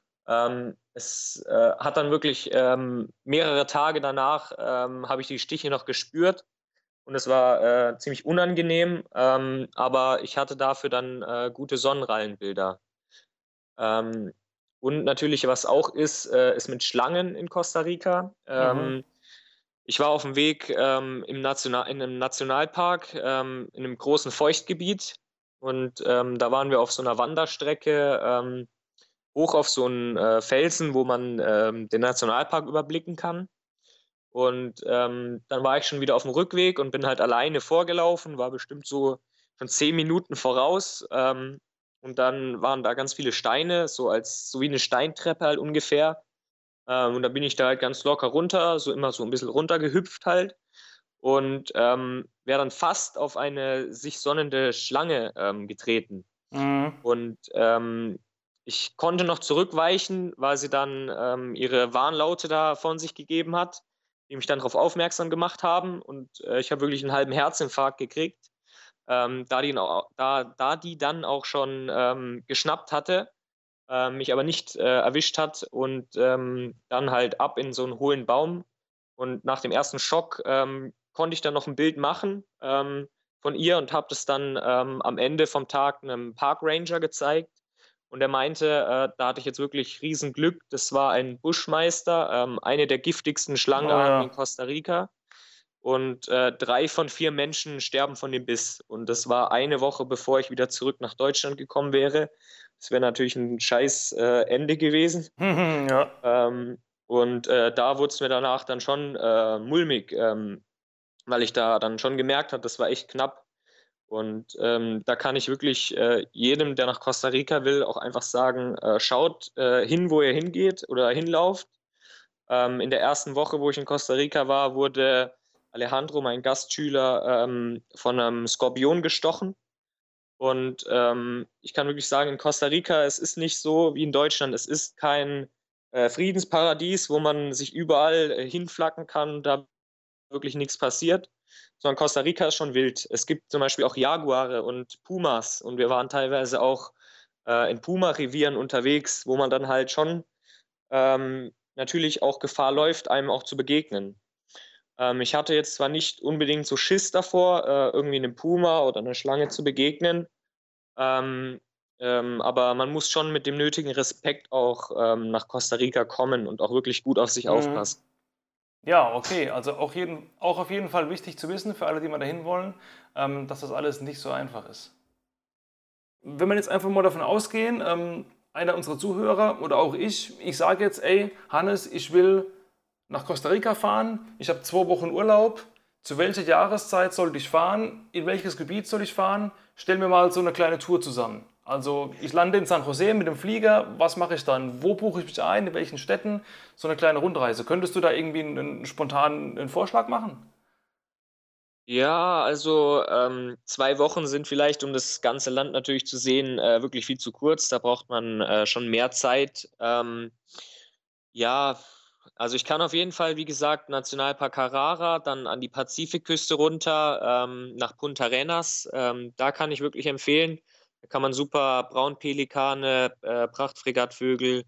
Es hat dann wirklich mehrere Tage danach habe ich die Stiche noch gespürt und es war ziemlich unangenehm, aber ich hatte dafür dann gute Sonnenrallenbilder. Ähm, und natürlich, was auch ist mit Schlangen in Costa Rica. Mhm. Ich war auf dem Weg in einem Nationalpark, in einem großen Feuchtgebiet und da waren wir auf so einer Wanderstrecke hoch auf so einen Felsen, wo man den Nationalpark überblicken kann. Und dann war ich schon wieder auf dem Rückweg und bin halt alleine vorgelaufen, war bestimmt so schon 10 Minuten voraus. Und dann waren da ganz viele Steine, so wie eine Steintreppe halt ungefähr. Und da bin ich da halt ganz locker runter, so immer so ein bisschen runtergehüpft halt. Und wäre dann fast auf eine sich sonnende Schlange getreten. Mhm. Und ich konnte noch zurückweichen, weil sie dann ihre Warnlaute da von sich gegeben hat, die mich dann darauf aufmerksam gemacht haben. Und ich habe wirklich einen halben Herzinfarkt gekriegt, da die dann auch schon geschnappt hatte, mich aber nicht erwischt hat und dann halt ab in so einen hohlen Baum. Und nach dem ersten Schock konnte ich dann noch ein Bild machen von ihr und habe das dann am Ende vom Tag einem Parkranger gezeigt. Und er meinte, da hatte ich jetzt wirklich Riesenglück. Das war ein Buschmeister, eine der giftigsten Oh Schlangenarten in ja. Costa Rica. Und 3 von 4 Menschen sterben von dem Biss. Und das war eine Woche, bevor ich wieder zurück nach Deutschland gekommen wäre. Das wäre natürlich ein scheiß Ende gewesen. Mhm, ja. Da wurde es mir danach dann schon mulmig, weil ich da dann schon gemerkt habe, das war echt knapp. Und da kann ich wirklich jedem, der nach Costa Rica will, auch einfach sagen, schaut hin, wo ihr hingeht oder hinlauft. In der ersten Woche, wo ich in Costa Rica war, wurde Alejandro, mein Gastschüler, von einem Skorpion gestochen. Und ich kann wirklich sagen, in Costa Rica, es ist nicht so wie in Deutschland. Es ist kein Friedensparadies, wo man sich überall hinflacken kann und da wirklich nichts passiert, sondern Costa Rica ist schon wild. Es gibt zum Beispiel auch Jaguare und Pumas und wir waren teilweise auch in Puma-Revieren unterwegs, wo man dann halt schon natürlich auch Gefahr läuft, einem auch zu begegnen. Ich hatte jetzt zwar nicht unbedingt so Schiss davor, irgendwie 'nem Puma oder 'ner Schlange zu begegnen, ähm, aber man muss schon mit dem nötigen Respekt auch, nach Costa Rica kommen und auch wirklich gut auf sich Mhm. aufpassen. Ja, okay. Also auch auf jeden Fall wichtig zu wissen für alle, die mal dahin wollen, dass das alles nicht so einfach ist. Wenn wir jetzt einfach mal davon ausgehen, einer unserer Zuhörer oder auch ich sage jetzt, ey, Hannes, ich will nach Costa Rica fahren, ich habe 2 Wochen Urlaub, zu welcher Jahreszeit sollte ich fahren, in welches Gebiet soll ich fahren, stell mir mal so eine kleine Tour zusammen. Also ich lande in San Jose mit dem Flieger, was mache ich dann, wo buche ich mich ein, in welchen Städten, so eine kleine Rundreise. Könntest du da irgendwie einen spontanen Vorschlag machen? Ja, also, 2 Wochen sind vielleicht, um das ganze Land natürlich zu sehen, wirklich viel zu kurz. Da braucht man, schon mehr Zeit. Ja, also ich kann auf jeden Fall, wie gesagt, Nationalpark Carrara, dann an die Pazifikküste runter, nach Punta Arenas. Da kann ich wirklich empfehlen. Da kann man super Braunpelikane, Prachtfregattvögel,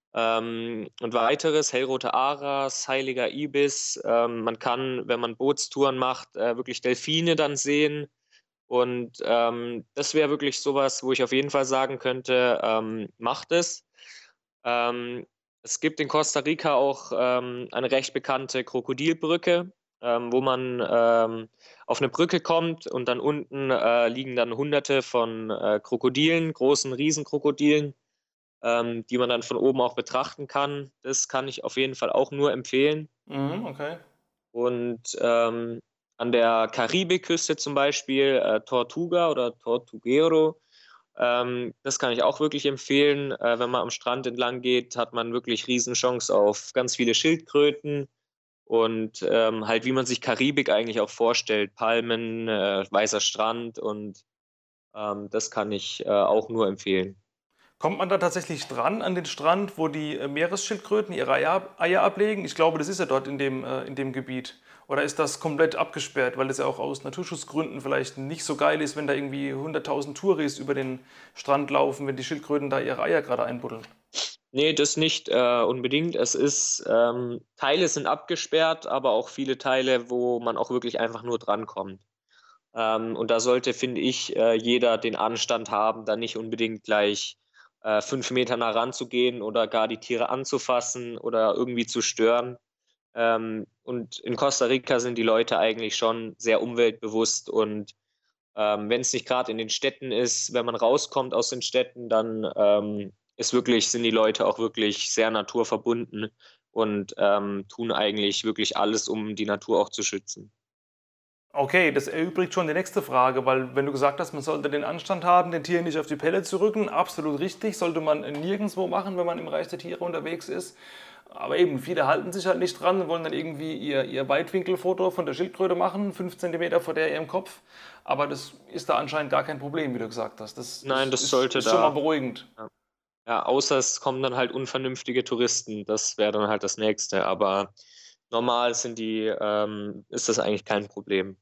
und weiteres, hellrote Aras, heiliger Ibis. Man kann, wenn man Bootstouren macht, wirklich Delfine dann sehen. Und das wäre wirklich sowas, wo ich auf jeden Fall sagen könnte, macht es. Ähm, Es gibt in Costa Rica auch eine recht bekannte Krokodilbrücke, wo man auf eine Brücke kommt und dann unten liegen dann Hunderte von Krokodilen, großen Riesenkrokodilen, die man dann von oben auch betrachten kann. Das kann ich auf jeden Fall auch nur empfehlen. Mhm, okay. Und an der Karibikküste zum Beispiel Tortuga oder Tortuguero, das kann ich auch wirklich empfehlen. Wenn man am Strand entlang geht, hat man wirklich Riesenchance auf ganz viele Schildkröten und halt, wie man sich Karibik eigentlich auch vorstellt. Palmen, weißer Strand und das kann ich auch nur empfehlen. Kommt man da tatsächlich dran an den Strand, wo die Meeresschildkröten ihre Eier ablegen? Ich glaube, das ist ja dort in dem Gebiet. Oder ist das komplett abgesperrt, weil es ja auch aus Naturschutzgründen vielleicht nicht so geil ist, wenn da irgendwie 100.000 Touris über den Strand laufen, wenn die Schildkröten da ihre Eier gerade einbuddeln? Ne, das nicht, unbedingt. Es ist Teile sind abgesperrt, aber auch viele Teile, wo man auch wirklich einfach nur drankommt. Und da sollte, finde ich, jeder den Anstand haben, da nicht unbedingt gleich 5 Meter nah ranzugehen oder gar die Tiere anzufassen oder irgendwie zu stören. Und in Costa Rica sind die Leute eigentlich schon sehr umweltbewusst und wenn es nicht gerade in den Städten ist, wenn man rauskommt aus den Städten, dann sind die Leute auch wirklich sehr naturverbunden und tun eigentlich wirklich alles, um die Natur auch zu schützen. Okay, das erübrigt schon die nächste Frage, weil wenn du gesagt hast, man sollte den Anstand haben, den Tieren nicht auf die Pelle zu rücken, absolut richtig, sollte man nirgendwo machen, wenn man im Reich der Tiere unterwegs ist. Aber eben, viele halten sich halt nicht dran und wollen dann irgendwie ihr Weitwinkelfoto von der Schildkröte machen, 5 Zentimeter vor ihrem Kopf. Aber das ist da anscheinend gar kein Problem, wie du gesagt hast. Das Nein, das sollte ist schon mal da, beruhigend. ja, ja, außer es kommen dann halt unvernünftige Touristen, das wäre dann halt das Nächste. Aber normal ist das eigentlich kein Problem.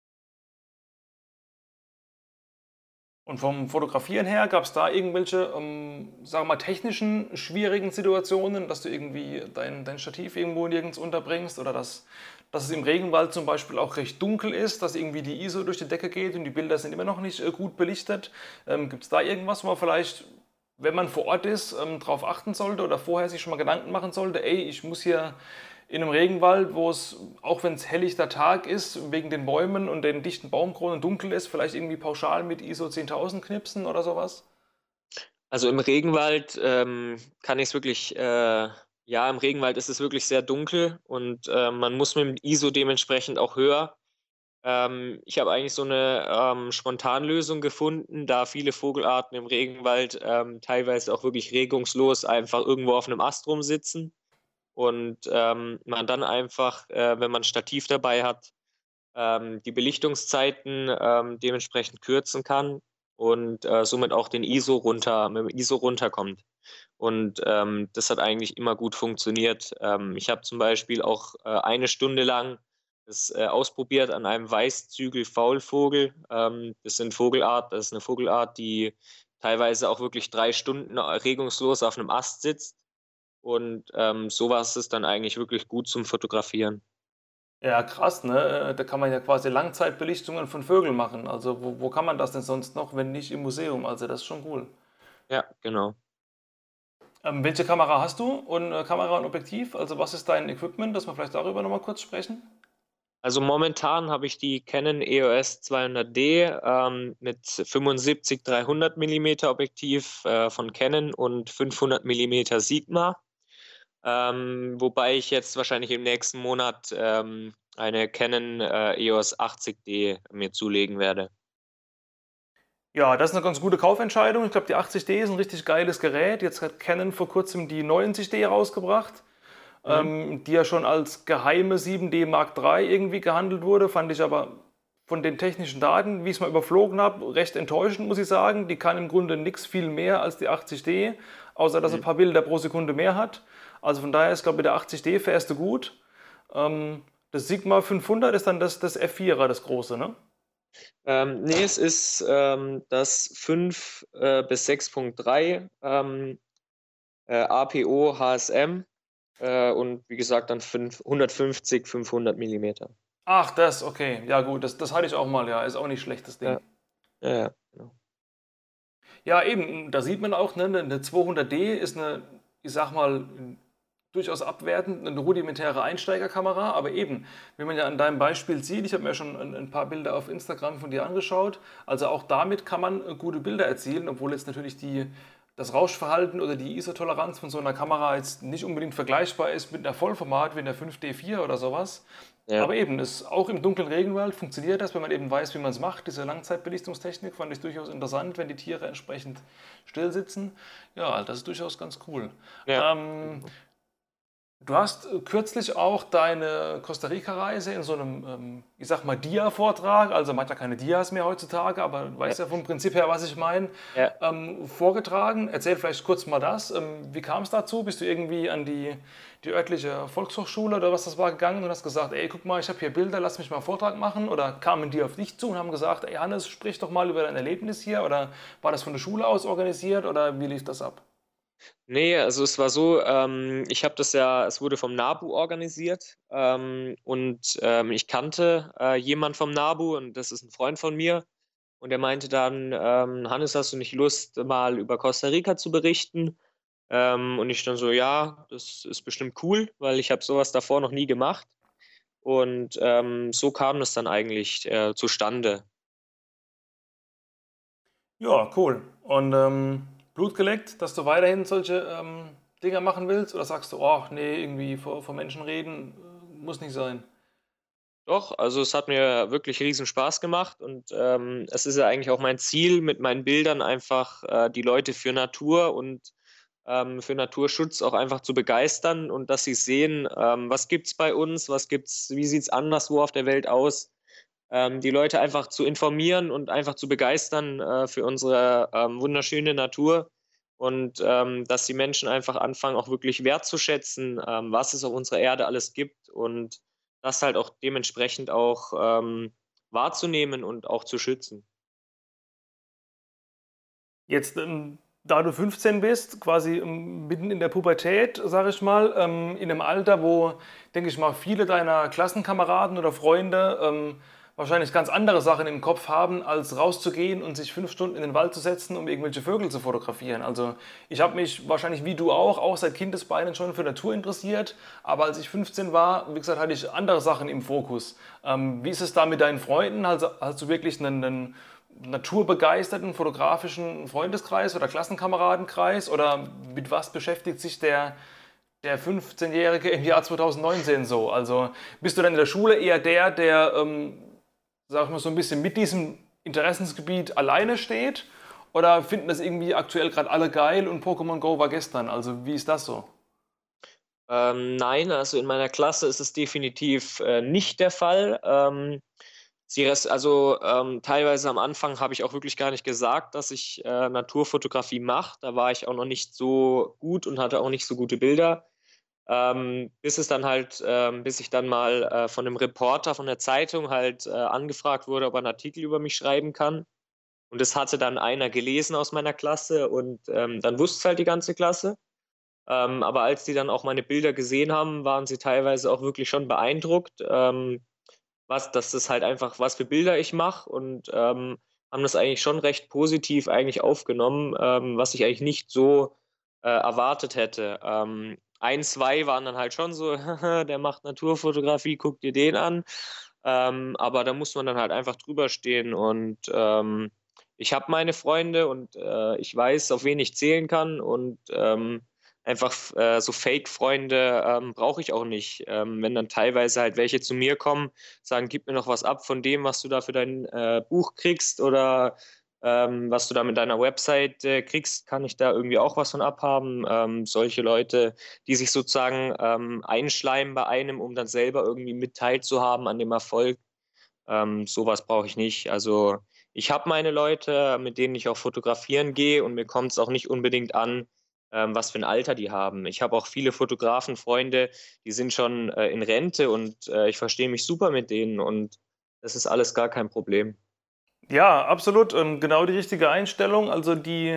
Und vom Fotografieren her, gab es da irgendwelche, sagen wir mal, technischen, schwierigen Situationen, dass du irgendwie dein Stativ irgendwo nirgends unterbringst oder dass es im Regenwald zum Beispiel auch recht dunkel ist, dass irgendwie die ISO durch die Decke geht und die Bilder sind immer noch nicht gut belichtet? Gibt es da irgendwas, wo man vielleicht, wenn man vor Ort ist, darauf achten sollte oder vorher sich schon mal Gedanken machen sollte, ey, ich muss hier in einem Regenwald, wo es, auch wenn es helllichter Tag ist, wegen den Bäumen und den dichten Baumkronen dunkel ist, vielleicht irgendwie pauschal mit ISO 10.000 knipsen oder sowas? Also im Regenwald kann ich es wirklich, ja, im Regenwald ist es wirklich sehr dunkel und man muss mit dem ISO dementsprechend auch höher. Ich habe eigentlich so eine Spontanlösung gefunden, da viele Vogelarten im Regenwald teilweise auch wirklich regungslos einfach irgendwo auf einem Ast rumsitzen und man dann einfach, wenn man 'n Stativ dabei hat, die Belichtungszeiten dementsprechend kürzen kann und somit auch den ISO runter mit dem ISO runterkommt. Und das hat eigentlich immer gut funktioniert. Ich habe zum Beispiel auch 1 Stunde lang das ausprobiert an einem Weißzügel-Faulvogel. Das ist eine Vogelart, die teilweise auch wirklich 3 Stunden regungslos auf einem Ast sitzt und so ist es dann eigentlich wirklich gut zum Fotografieren. Ja, krass, ne? Da kann man ja quasi Langzeitbelichtungen von Vögeln machen. Also wo kann man das denn sonst noch, wenn nicht im Museum? Also das ist schon cool. Ja, genau. Welche Kamera hast du und Kamera und Objektiv? Also was ist dein Equipment, dass wir vielleicht darüber nochmal kurz sprechen? Also momentan habe ich die Canon EOS 200D mit 75-300 Millimeter Objektiv von Canon und 500 Millimeter Sigma. Wobei ich jetzt wahrscheinlich im nächsten Monat eine Canon EOS 80D mir zulegen werde. Ja, das ist eine ganz gute Kaufentscheidung. Ich glaube, die 80D ist ein richtig geiles Gerät. Jetzt hat Canon vor kurzem die 90D rausgebracht, Mhm. die ja schon als geheime 7D Mark III irgendwie gehandelt wurde. Fand ich aber von den technischen Daten, wie ich es mal überflogen habe, recht enttäuschend, muss ich sagen. Die kann im Grunde nichts viel mehr als die 80D, außer dass sie Mhm. ein paar Bilder pro Sekunde mehr hat. Also von daher ist, glaube ich, mit der 80D fährst du gut. Das Sigma 500 ist dann das F4er, das große, ne? Nee, es ist das 5 bis 6.3 APO HSM und wie gesagt dann 150, 500 Millimeter. Ach, das, okay. Ja, gut, das hatte ich auch mal, ja. Ist auch nicht schlecht, das Ding. Ja, ja, ja, genau. Ja, eben, da sieht man auch, ne, eine 200D ist eine, ich sag mal, durchaus abwertend, eine rudimentäre Einsteigerkamera, aber eben, wie man ja an deinem Beispiel sieht, ich habe mir schon ein paar Bilder auf Instagram von dir angeschaut, also auch damit kann man gute Bilder erzielen, obwohl jetzt natürlich das Rauschverhalten oder die ISO-Toleranz von so einer Kamera jetzt nicht unbedingt vergleichbar ist mit einer Vollformat wie einer 5D4 oder sowas. Ja. Aber eben, auch im dunklen Regenwald funktioniert das, wenn man eben weiß, wie man es macht. Diese Langzeitbelichtungstechnik fand ich durchaus interessant, wenn die Tiere entsprechend still sitzen. Ja, das ist durchaus ganz cool. Ja, Ähm, Du hast kürzlich auch deine Costa Rica-Reise in so einem, ich sag mal, Dia-Vortrag, also man hat ja keine Dias mehr heutzutage, aber du ja, weißt ja vom Prinzip her, was ich meine, ja. vorgetragen. Erzähl vielleicht kurz mal das. Wie kam es dazu? Bist du irgendwie an die örtliche Volkshochschule oder was das war gegangen und hast gesagt, ey, guck mal, ich habe hier Bilder, lass mich mal einen Vortrag machen? Oder kamen die auf dich zu und haben gesagt, ey Hannes, sprich doch mal über dein Erlebnis hier? Oder war das von der Schule aus organisiert oder wie lief das ab? Nee, also es war so, ich habe das ja, es wurde vom NABU organisiert und ich kannte jemand vom NABU und das ist ein Freund von mir und er meinte dann, Hannes, hast du nicht Lust, mal über Costa Rica zu berichten? Und ich dann so, ja, das ist bestimmt cool, weil ich habe sowas davor noch nie gemacht und so kam das dann eigentlich zustande. Ja, cool. Und Blut geleckt, dass du weiterhin solche Dinger machen willst? Oder sagst du, oh, nee, irgendwie vor Menschen reden, muss nicht sein? Doch, also es hat mir wirklich riesen Spaß gemacht und es ist ja eigentlich auch mein Ziel mit meinen Bildern einfach die Leute für Natur und für Naturschutz auch einfach zu begeistern und dass sie sehen, was gibt's bei uns, was gibt's, wie sieht's anderswo auf der Welt aus, die Leute einfach zu informieren und einfach zu begeistern für unsere wunderschöne Natur und dass die Menschen einfach anfangen, auch wirklich wertzuschätzen, was es auf unserer Erde alles gibt und das halt auch dementsprechend auch wahrzunehmen und auch zu schützen. Jetzt, da du 15 bist, quasi mitten in der Pubertät, sage ich mal, in einem Alter, wo, denke ich mal, viele deiner Klassenkameraden oder Freunde wahrscheinlich ganz andere Sachen im Kopf haben, als rauszugehen und sich 5 Stunden in den Wald zu setzen, um irgendwelche Vögel zu fotografieren. Also ich habe mich wahrscheinlich wie du auch seit Kindesbeinen schon für Natur interessiert, aber als ich 15 war, wie gesagt, hatte ich andere Sachen im Fokus. Wie ist es da mit deinen Freunden? Also, hast du wirklich einen naturbegeisterten fotografischen Freundeskreis oder Klassenkameradenkreis oder mit was beschäftigt sich der 15-Jährige im Jahr 2019 so? Also bist du dann in der Schule eher der sag ich mal, so ein bisschen mit diesem Interessensgebiet alleine steht oder finden das irgendwie aktuell gerade alle geil und Pokémon Go war gestern? Also wie ist das so? Nein, also in meiner Klasse ist es definitiv nicht der Fall. Also teilweise am Anfang habe ich auch wirklich gar nicht gesagt, dass ich Naturfotografie mache. Da war ich auch noch nicht so gut und hatte auch nicht so gute Bilder. Bis ich dann mal von einem Reporter von der Zeitung halt angefragt wurde, ob er einen Artikel über mich schreiben kann. Und das hatte dann einer gelesen aus meiner Klasse und dann wusste es halt die ganze Klasse. Aber als die dann auch meine Bilder gesehen haben, waren sie teilweise auch wirklich schon beeindruckt, dass das halt einfach was für Bilder ich mache und haben das eigentlich schon recht positiv eigentlich aufgenommen, was ich eigentlich nicht so erwartet hätte. 1, 2 waren dann halt schon so, der macht Naturfotografie, guck dir den an. Aber da muss man dann halt einfach drüber stehen und ich habe meine Freunde und ich weiß, auf wen ich zählen kann und einfach so Fake-Freunde brauche ich auch nicht. Wenn dann teilweise halt welche zu mir kommen, sagen, gib mir noch was ab von dem, was du da für dein Buch kriegst oder was du da mit deiner Website kriegst, kann ich da irgendwie auch was von abhaben. Solche Leute, die sich sozusagen einschleimen bei einem, um dann selber irgendwie mit teilzuhaben an dem Erfolg, sowas brauche ich nicht. Also ich habe meine Leute, mit denen ich auch fotografieren gehe und mir kommt es auch nicht unbedingt an, was für ein Alter die haben. Ich habe auch viele Fotografenfreunde, die sind schon in Rente und ich verstehe mich super mit denen und das ist alles gar kein Problem. Ja, absolut. Genau die richtige Einstellung. Also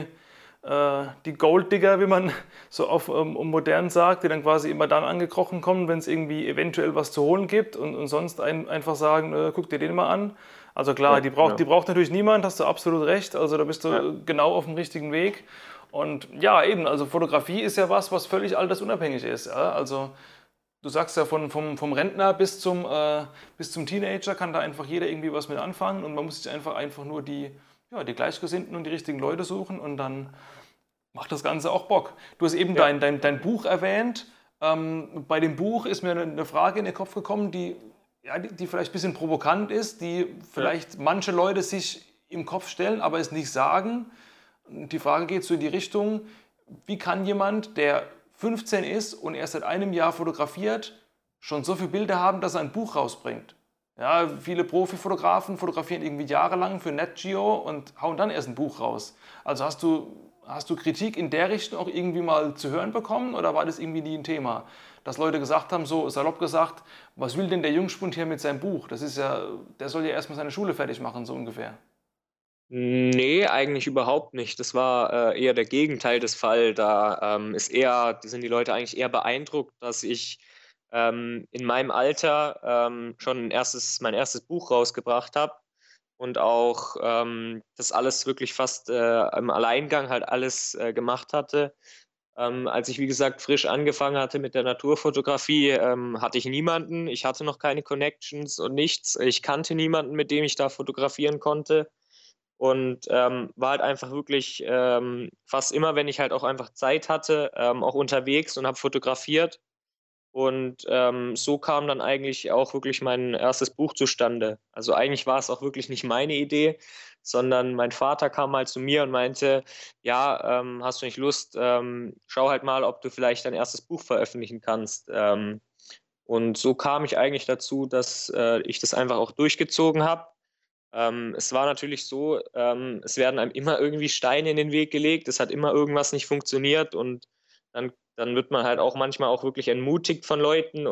die Golddigger, wie man so auf modern sagt, die dann quasi immer dann angekrochen kommen, wenn es irgendwie eventuell was zu holen gibt und sonst einfach sagen, guck dir den mal an. Also klar, Ja, die genau. braucht natürlich niemand, hast du absolut recht. Also da bist Ja, du genau auf dem richtigen Weg. Und ja, eben, also Fotografie ist ja was völlig altersunabhängig ist. Ja? Also du sagst ja, vom Rentner bis zum Teenager kann da einfach jeder irgendwie was mit anfangen und man muss sich einfach nur die Gleichgesinnten und die richtigen Leute suchen und dann macht das Ganze auch Bock. Du hast eben ja, dein Buch erwähnt. Bei dem Buch ist mir eine Frage in den Kopf gekommen, die vielleicht ein bisschen provokant ist, die ja. vielleicht manche Leute sich im Kopf stellen, aber es nicht sagen. Die Frage geht so in die Richtung, wie kann jemand, der 15 ist und erst seit einem Jahr fotografiert, schon so viele Bilder haben, dass er ein Buch rausbringt? Ja, viele Profifotografen fotografieren irgendwie jahrelang für Nat Geo und hauen dann erst ein Buch raus. Also hast du Kritik in der Richtung auch irgendwie mal zu hören bekommen oder war das irgendwie nie ein Thema? Dass Leute gesagt haben, so salopp gesagt, was will denn der Jungspund hier mit seinem Buch? Der soll ja erstmal seine Schule fertig machen, so ungefähr. Nee, eigentlich überhaupt nicht. Das war eher der Gegenteil des Fall. Da sind die Leute eigentlich eher beeindruckt, dass ich in meinem Alter schon mein erstes Buch rausgebracht habe und auch das alles wirklich fast im Alleingang halt alles gemacht hatte. Als ich, wie gesagt, frisch angefangen hatte mit der Naturfotografie, hatte ich niemanden. Ich hatte noch keine Connections und nichts. Ich kannte niemanden, mit dem ich da fotografieren konnte. Und war halt einfach wirklich fast immer, wenn ich halt auch einfach Zeit hatte, auch unterwegs und habe fotografiert. Und so kam dann eigentlich auch wirklich mein erstes Buch zustande. Also eigentlich war es auch wirklich nicht meine Idee, sondern mein Vater kam mal zu mir und meinte, ja, hast du nicht Lust, schau halt mal, ob du vielleicht dein erstes Buch veröffentlichen kannst. Und so kam ich eigentlich dazu, dass ich das einfach auch durchgezogen habe. Es war natürlich so, es werden einem immer irgendwie Steine in den Weg gelegt, es hat immer irgendwas nicht funktioniert und dann wird man halt auch manchmal auch wirklich entmutigt von Leuten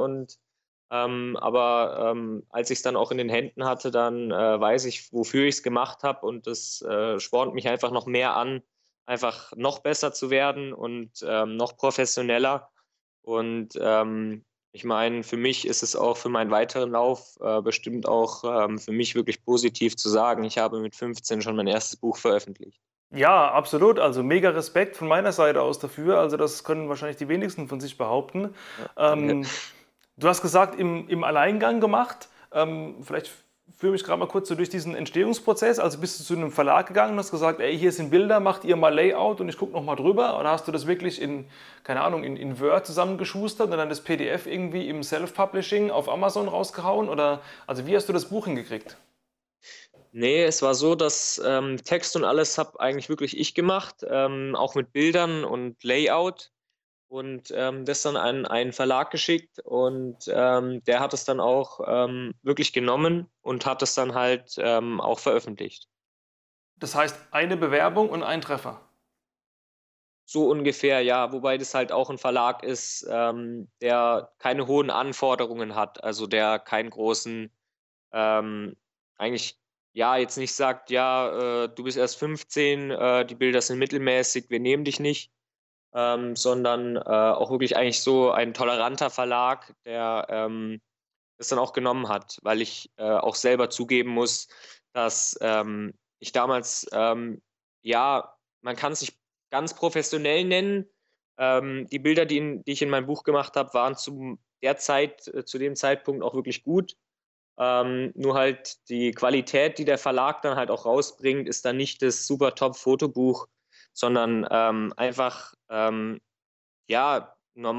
aber als ich es dann auch in den Händen hatte, dann weiß ich, wofür ich es gemacht habe und das spornt mich einfach noch mehr an, einfach noch besser zu werden und noch professioneller und ich meine, für mich ist es auch für meinen weiteren Lauf bestimmt auch für mich wirklich positiv zu sagen, ich habe mit 15 schon mein erstes Buch veröffentlicht. Ja, absolut. Also mega Respekt von meiner Seite aus dafür. Also das können wahrscheinlich die wenigsten von sich behaupten. Ja, danke. Ähm, Du hast gesagt, im Alleingang gemacht. Vielleicht führe mich gerade mal kurz so durch diesen Entstehungsprozess. Also bist du zu einem Verlag gegangen und hast gesagt, ey, hier sind Bilder, macht ihr mal Layout und ich gucke noch mal drüber? Oder hast du das wirklich keine Ahnung, in Word zusammengeschustert und dann das PDF irgendwie im Self-Publishing auf Amazon rausgehauen? Oder also wie hast du das Buch hingekriegt? Nee, es war so, dass Text und alles habe eigentlich wirklich ich gemacht, auch mit Bildern und Layout und das dann an einen Verlag geschickt und der hat es dann auch wirklich genommen und hat es dann halt auch veröffentlicht. Das heißt, eine Bewerbung und ein Treffer. So ungefähr, ja, wobei das halt auch ein Verlag ist, der keine hohen Anforderungen hat, also der keinen großen, ähm, eigentlich, ja, jetzt nicht sagt, ja, du bist erst 15, die Bilder sind mittelmäßig, wir nehmen dich nicht. sondern auch wirklich eigentlich so ein toleranter Verlag, der es dann auch genommen hat, weil ich auch selber zugeben muss, dass ich damals, ja, man kann es nicht ganz professionell nennen. Die Bilder, die ich in meinem Buch gemacht habe, waren zu dem Zeitpunkt auch wirklich gut. Nur halt die Qualität, die der Verlag dann halt auch rausbringt, ist dann nicht das super Top-Fotobuch, sondern einfach ja,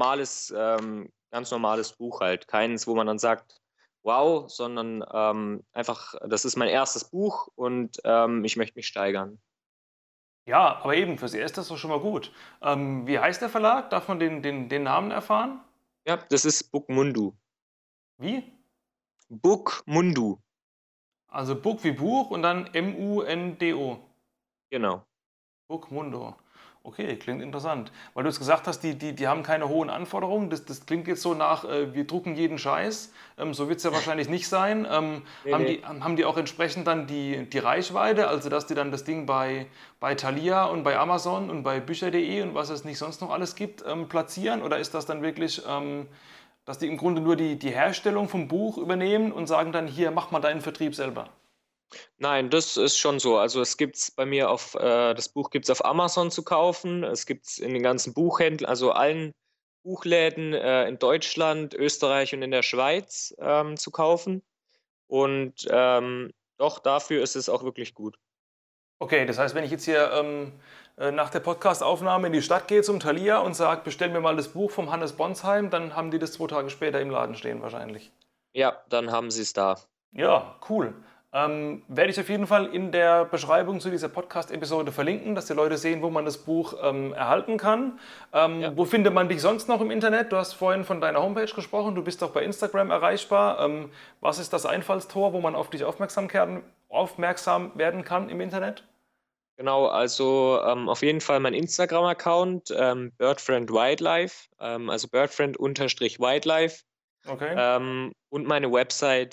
ganz normales Buch halt. Keins, wo man dann sagt, wow, sondern einfach, das ist mein erstes Buch und ich möchte mich steigern. Ja, aber eben, fürs Erste ist das schon mal gut. Wie heißt der Verlag? Darf man den Namen erfahren? Ja, das ist Bookmundu. Wie? Bookmundu, Also Book wie Buch und dann Mundo. genau. Bookmundo. Okay, klingt interessant. Weil du es gesagt hast, die haben keine hohen Anforderungen. Das klingt jetzt so nach, wir drucken jeden Scheiß. So wird es ja wahrscheinlich nicht sein. Nee, nee. Haben die auch entsprechend dann die Reichweite, also dass die dann das Ding bei Thalia und bei Amazon und bei Bücher.de und was es nicht sonst noch alles gibt, platzieren? Oder ist das dann wirklich, dass die im Grunde nur die Herstellung vom Buch übernehmen und sagen dann, hier, mach mal deinen Vertrieb selber? Nein, das ist schon so. Also es gibt's bei mir das Buch gibt's auf Amazon zu kaufen. Es gibt's in den ganzen Buchhändlern, also allen Buchläden in Deutschland, Österreich und in der Schweiz zu kaufen. Und doch, dafür ist es auch wirklich gut. Okay, das heißt, wenn ich jetzt hier nach der Podcastaufnahme in die Stadt gehe zum Thalia und sage, bestell mir mal das Buch vom Hannes Bonsheim, dann haben die das 2 Tage später im Laden stehen wahrscheinlich. Ja, dann haben sie es da. Ja, cool. Werde ich auf jeden Fall in der Beschreibung zu dieser Podcast-Episode verlinken, dass die Leute sehen, wo man das Buch erhalten kann. Ja. Wo findet man dich sonst noch im Internet? Du hast vorhin von deiner Homepage gesprochen, du bist auch bei Instagram erreichbar. Was ist das Einfallstor, wo man auf dich aufmerksam werden kann im Internet? Genau, also auf jeden Fall mein Instagram-Account, Birdfriend Wildlife, also Birdfriend-Wildlife, Okay. und meine Website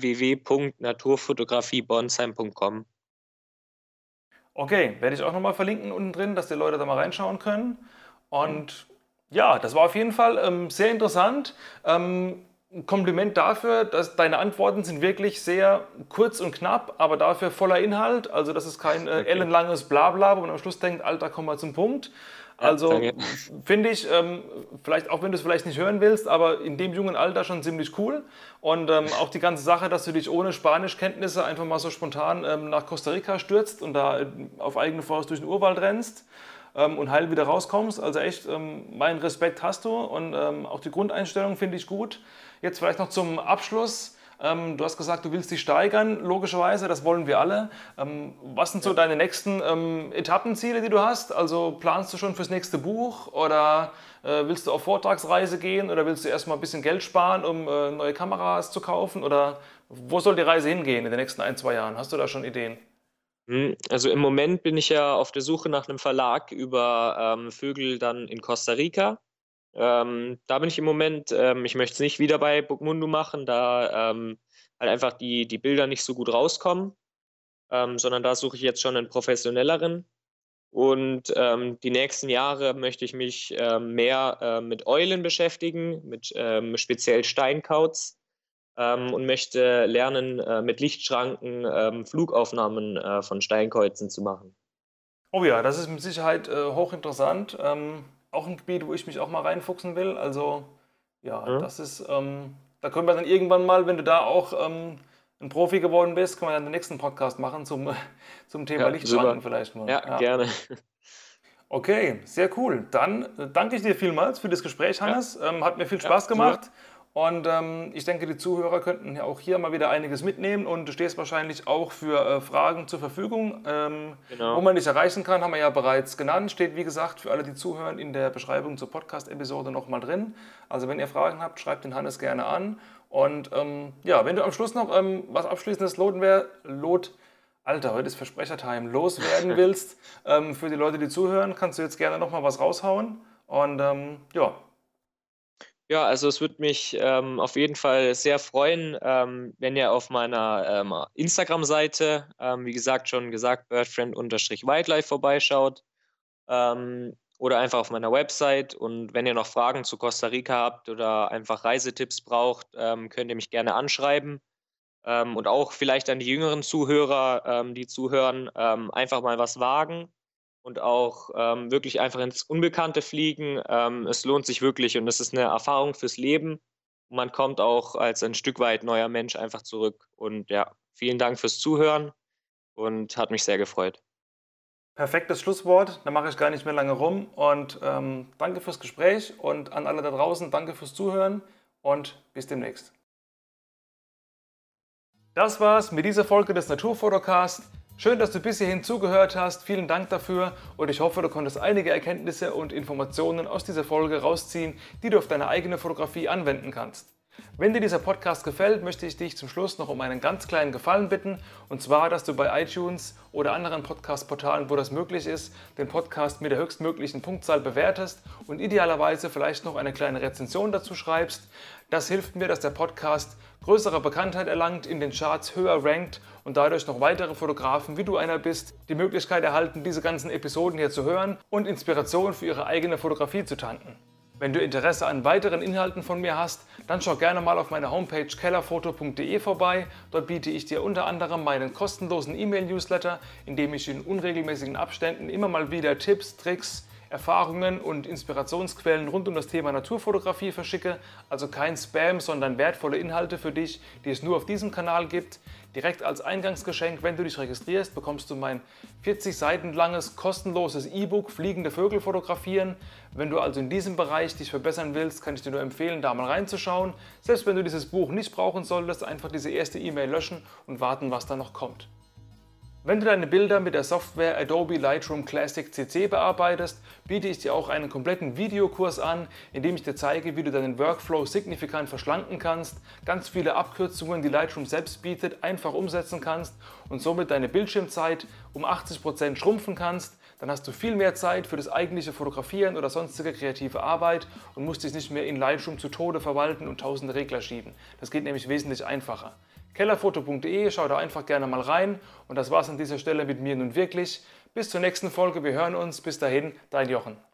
www.naturfotografiebonsheim.com. Okay, werde ich auch nochmal verlinken unten drin, dass die Leute da mal reinschauen können. Mhm. Und ja, das war auf jeden Fall sehr interessant. Ein Kompliment dafür, dass deine Antworten sind wirklich sehr kurz und knapp, aber dafür voller Inhalt. Also das ist kein Okay. ellenlanges Blabla, wo man am Schluss denkt, Alter, komm mal zum Punkt. Ja, Also danke. finde ich, vielleicht auch wenn du es vielleicht nicht hören willst, aber in dem jungen Alter schon ziemlich cool. Und auch die ganze Sache, dass du dich ohne Spanischkenntnisse einfach mal so spontan nach Costa Rica stürzt und da auf eigene Faust durch den Urwald rennst und heil wieder rauskommst. Also echt, meinen Respekt hast du und auch die Grundeinstellung finde ich gut. Jetzt vielleicht noch zum Abschluss. Du hast gesagt, du willst dich steigern, logischerweise, das wollen wir alle. Was sind so Ja. deine nächsten Etappenziele, die du hast? Also planst du schon fürs nächste Buch oder willst du auf Vortragsreise gehen oder willst du erstmal ein bisschen Geld sparen, um neue Kameras zu kaufen? Oder wo soll die Reise hingehen in den nächsten 1, 2 Jahren? Hast du da schon Ideen? Also im Moment bin ich ja auf der Suche nach einem Verlag über Vögel dann in Costa Rica. Da bin ich im Moment, ich möchte es nicht wieder bei Bookmundo machen, da halt einfach die Bilder nicht so gut rauskommen, sondern da suche ich jetzt schon einen professionelleren. Und die nächsten Jahre möchte ich mich mehr mit Eulen beschäftigen, mit speziell Steinkauts, und möchte lernen, mit Lichtschranken Flugaufnahmen von Steinkreuzen zu machen. Oh ja, das ist mit Sicherheit hochinteressant. Auch ein Gebiet, wo ich mich auch mal reinfuchsen will. Also ja, Ja, das ist, da können wir dann irgendwann mal, wenn du da auch ein Profi geworden bist, können wir dann den nächsten Podcast machen zum Thema ja, super. Lichtschranken vielleicht mal. Ja, Ja. gerne. Okay, sehr cool. Dann danke ich dir vielmals für das Gespräch, Ja, Hannes. Hat mir viel ja, Spaß super. gemacht. Und ich denke, die Zuhörer könnten ja auch hier mal wieder einiges mitnehmen. Und du stehst wahrscheinlich auch für Fragen zur Verfügung. Wo Genau. man dich erreichen kann, haben wir ja bereits genannt. Steht, wie gesagt, für alle, die zuhören, in der Beschreibung zur Podcast-Episode nochmal drin. Also wenn ihr Fragen habt, schreibt den Hannes gerne an. Und ja, wenn du am Schluss noch was Abschließendes Alter, heute ist Versprechertime, loswerden willst für die Leute, die zuhören, kannst du jetzt gerne nochmal was raushauen. Und ja, Ja, also es würde mich auf jeden Fall sehr freuen, wenn ihr auf meiner Instagram-Seite, wie gesagt, schon gesagt, birdfriend-wildlife vorbeischaut. oder einfach auf meiner Website. Und wenn ihr noch Fragen zu Costa Rica habt oder einfach Reisetipps braucht, könnt ihr mich gerne anschreiben. Und auch vielleicht an die jüngeren Zuhörer, die zuhören, einfach mal was wagen und auch wirklich einfach ins Unbekannte fliegen. Es lohnt sich wirklich und es ist eine Erfahrung fürs Leben. Und man kommt auch als ein Stück weit neuer Mensch einfach zurück. Und ja, vielen Dank fürs Zuhören und hat mich sehr gefreut. Perfektes Schlusswort, da mache ich gar nicht mehr lange rum und danke fürs Gespräch und an alle da draußen, danke fürs Zuhören und bis demnächst. Das war's mit dieser Folge des Naturfotocast. Schön, dass du bis hierhin zugehört hast. Vielen Dank dafür und ich hoffe, du konntest einige Erkenntnisse und Informationen aus dieser Folge rausziehen, die du auf deine eigene Fotografie anwenden kannst. Wenn dir dieser Podcast gefällt, möchte ich dich zum Schluss noch um einen ganz kleinen Gefallen bitten, und zwar, dass du bei iTunes oder anderen Podcast-Portalen, wo das möglich ist, den Podcast mit der höchstmöglichen Punktzahl bewertest und idealerweise vielleicht noch eine kleine Rezension dazu schreibst. Das hilft mir, dass der Podcast größere Bekanntheit erlangt, in den Charts höher rankt und dadurch noch weitere Fotografen, wie du einer bist, die Möglichkeit erhalten, diese ganzen Episoden hier zu hören und Inspiration für ihre eigene Fotografie zu tanken. Wenn du Interesse an weiteren Inhalten von mir hast, dann schau gerne mal auf meiner Homepage kellerfoto.de vorbei. Dort biete ich dir unter anderem meinen kostenlosen E-Mail-Newsletter, in dem ich in unregelmäßigen Abständen immer mal wieder Tipps, Tricks, Erfahrungen und Inspirationsquellen rund um das Thema Naturfotografie verschicke. Also kein Spam, sondern wertvolle Inhalte für dich, die es nur auf diesem Kanal gibt. Direkt als Eingangsgeschenk, wenn du dich registrierst, bekommst du mein 40 Seiten langes kostenloses E-Book Fliegende Vögel fotografieren. Wenn du also in diesem Bereich dich verbessern willst, kann ich dir nur empfehlen, da mal reinzuschauen. Selbst wenn du dieses Buch nicht brauchen solltest, einfach diese erste E-Mail löschen und warten, was da noch kommt. Wenn du deine Bilder mit der Software Adobe Lightroom Classic CC bearbeitest, biete ich dir auch einen kompletten Videokurs an, in dem ich dir zeige, wie du deinen Workflow signifikant verschlanken kannst, ganz viele Abkürzungen, die Lightroom selbst bietet, einfach umsetzen kannst und somit deine Bildschirmzeit um 80% schrumpfen kannst. Dann hast du viel mehr Zeit für das eigentliche Fotografieren oder sonstige kreative Arbeit und musst dich nicht mehr in Lightroom zu Tode verwalten und tausende Regler schieben. Das geht nämlich wesentlich einfacher. kellerfoto.de, schau da einfach gerne mal rein und das war's an dieser Stelle mit mir nun wirklich. Bis zur nächsten Folge, wir hören uns, bis dahin, dein Jochen.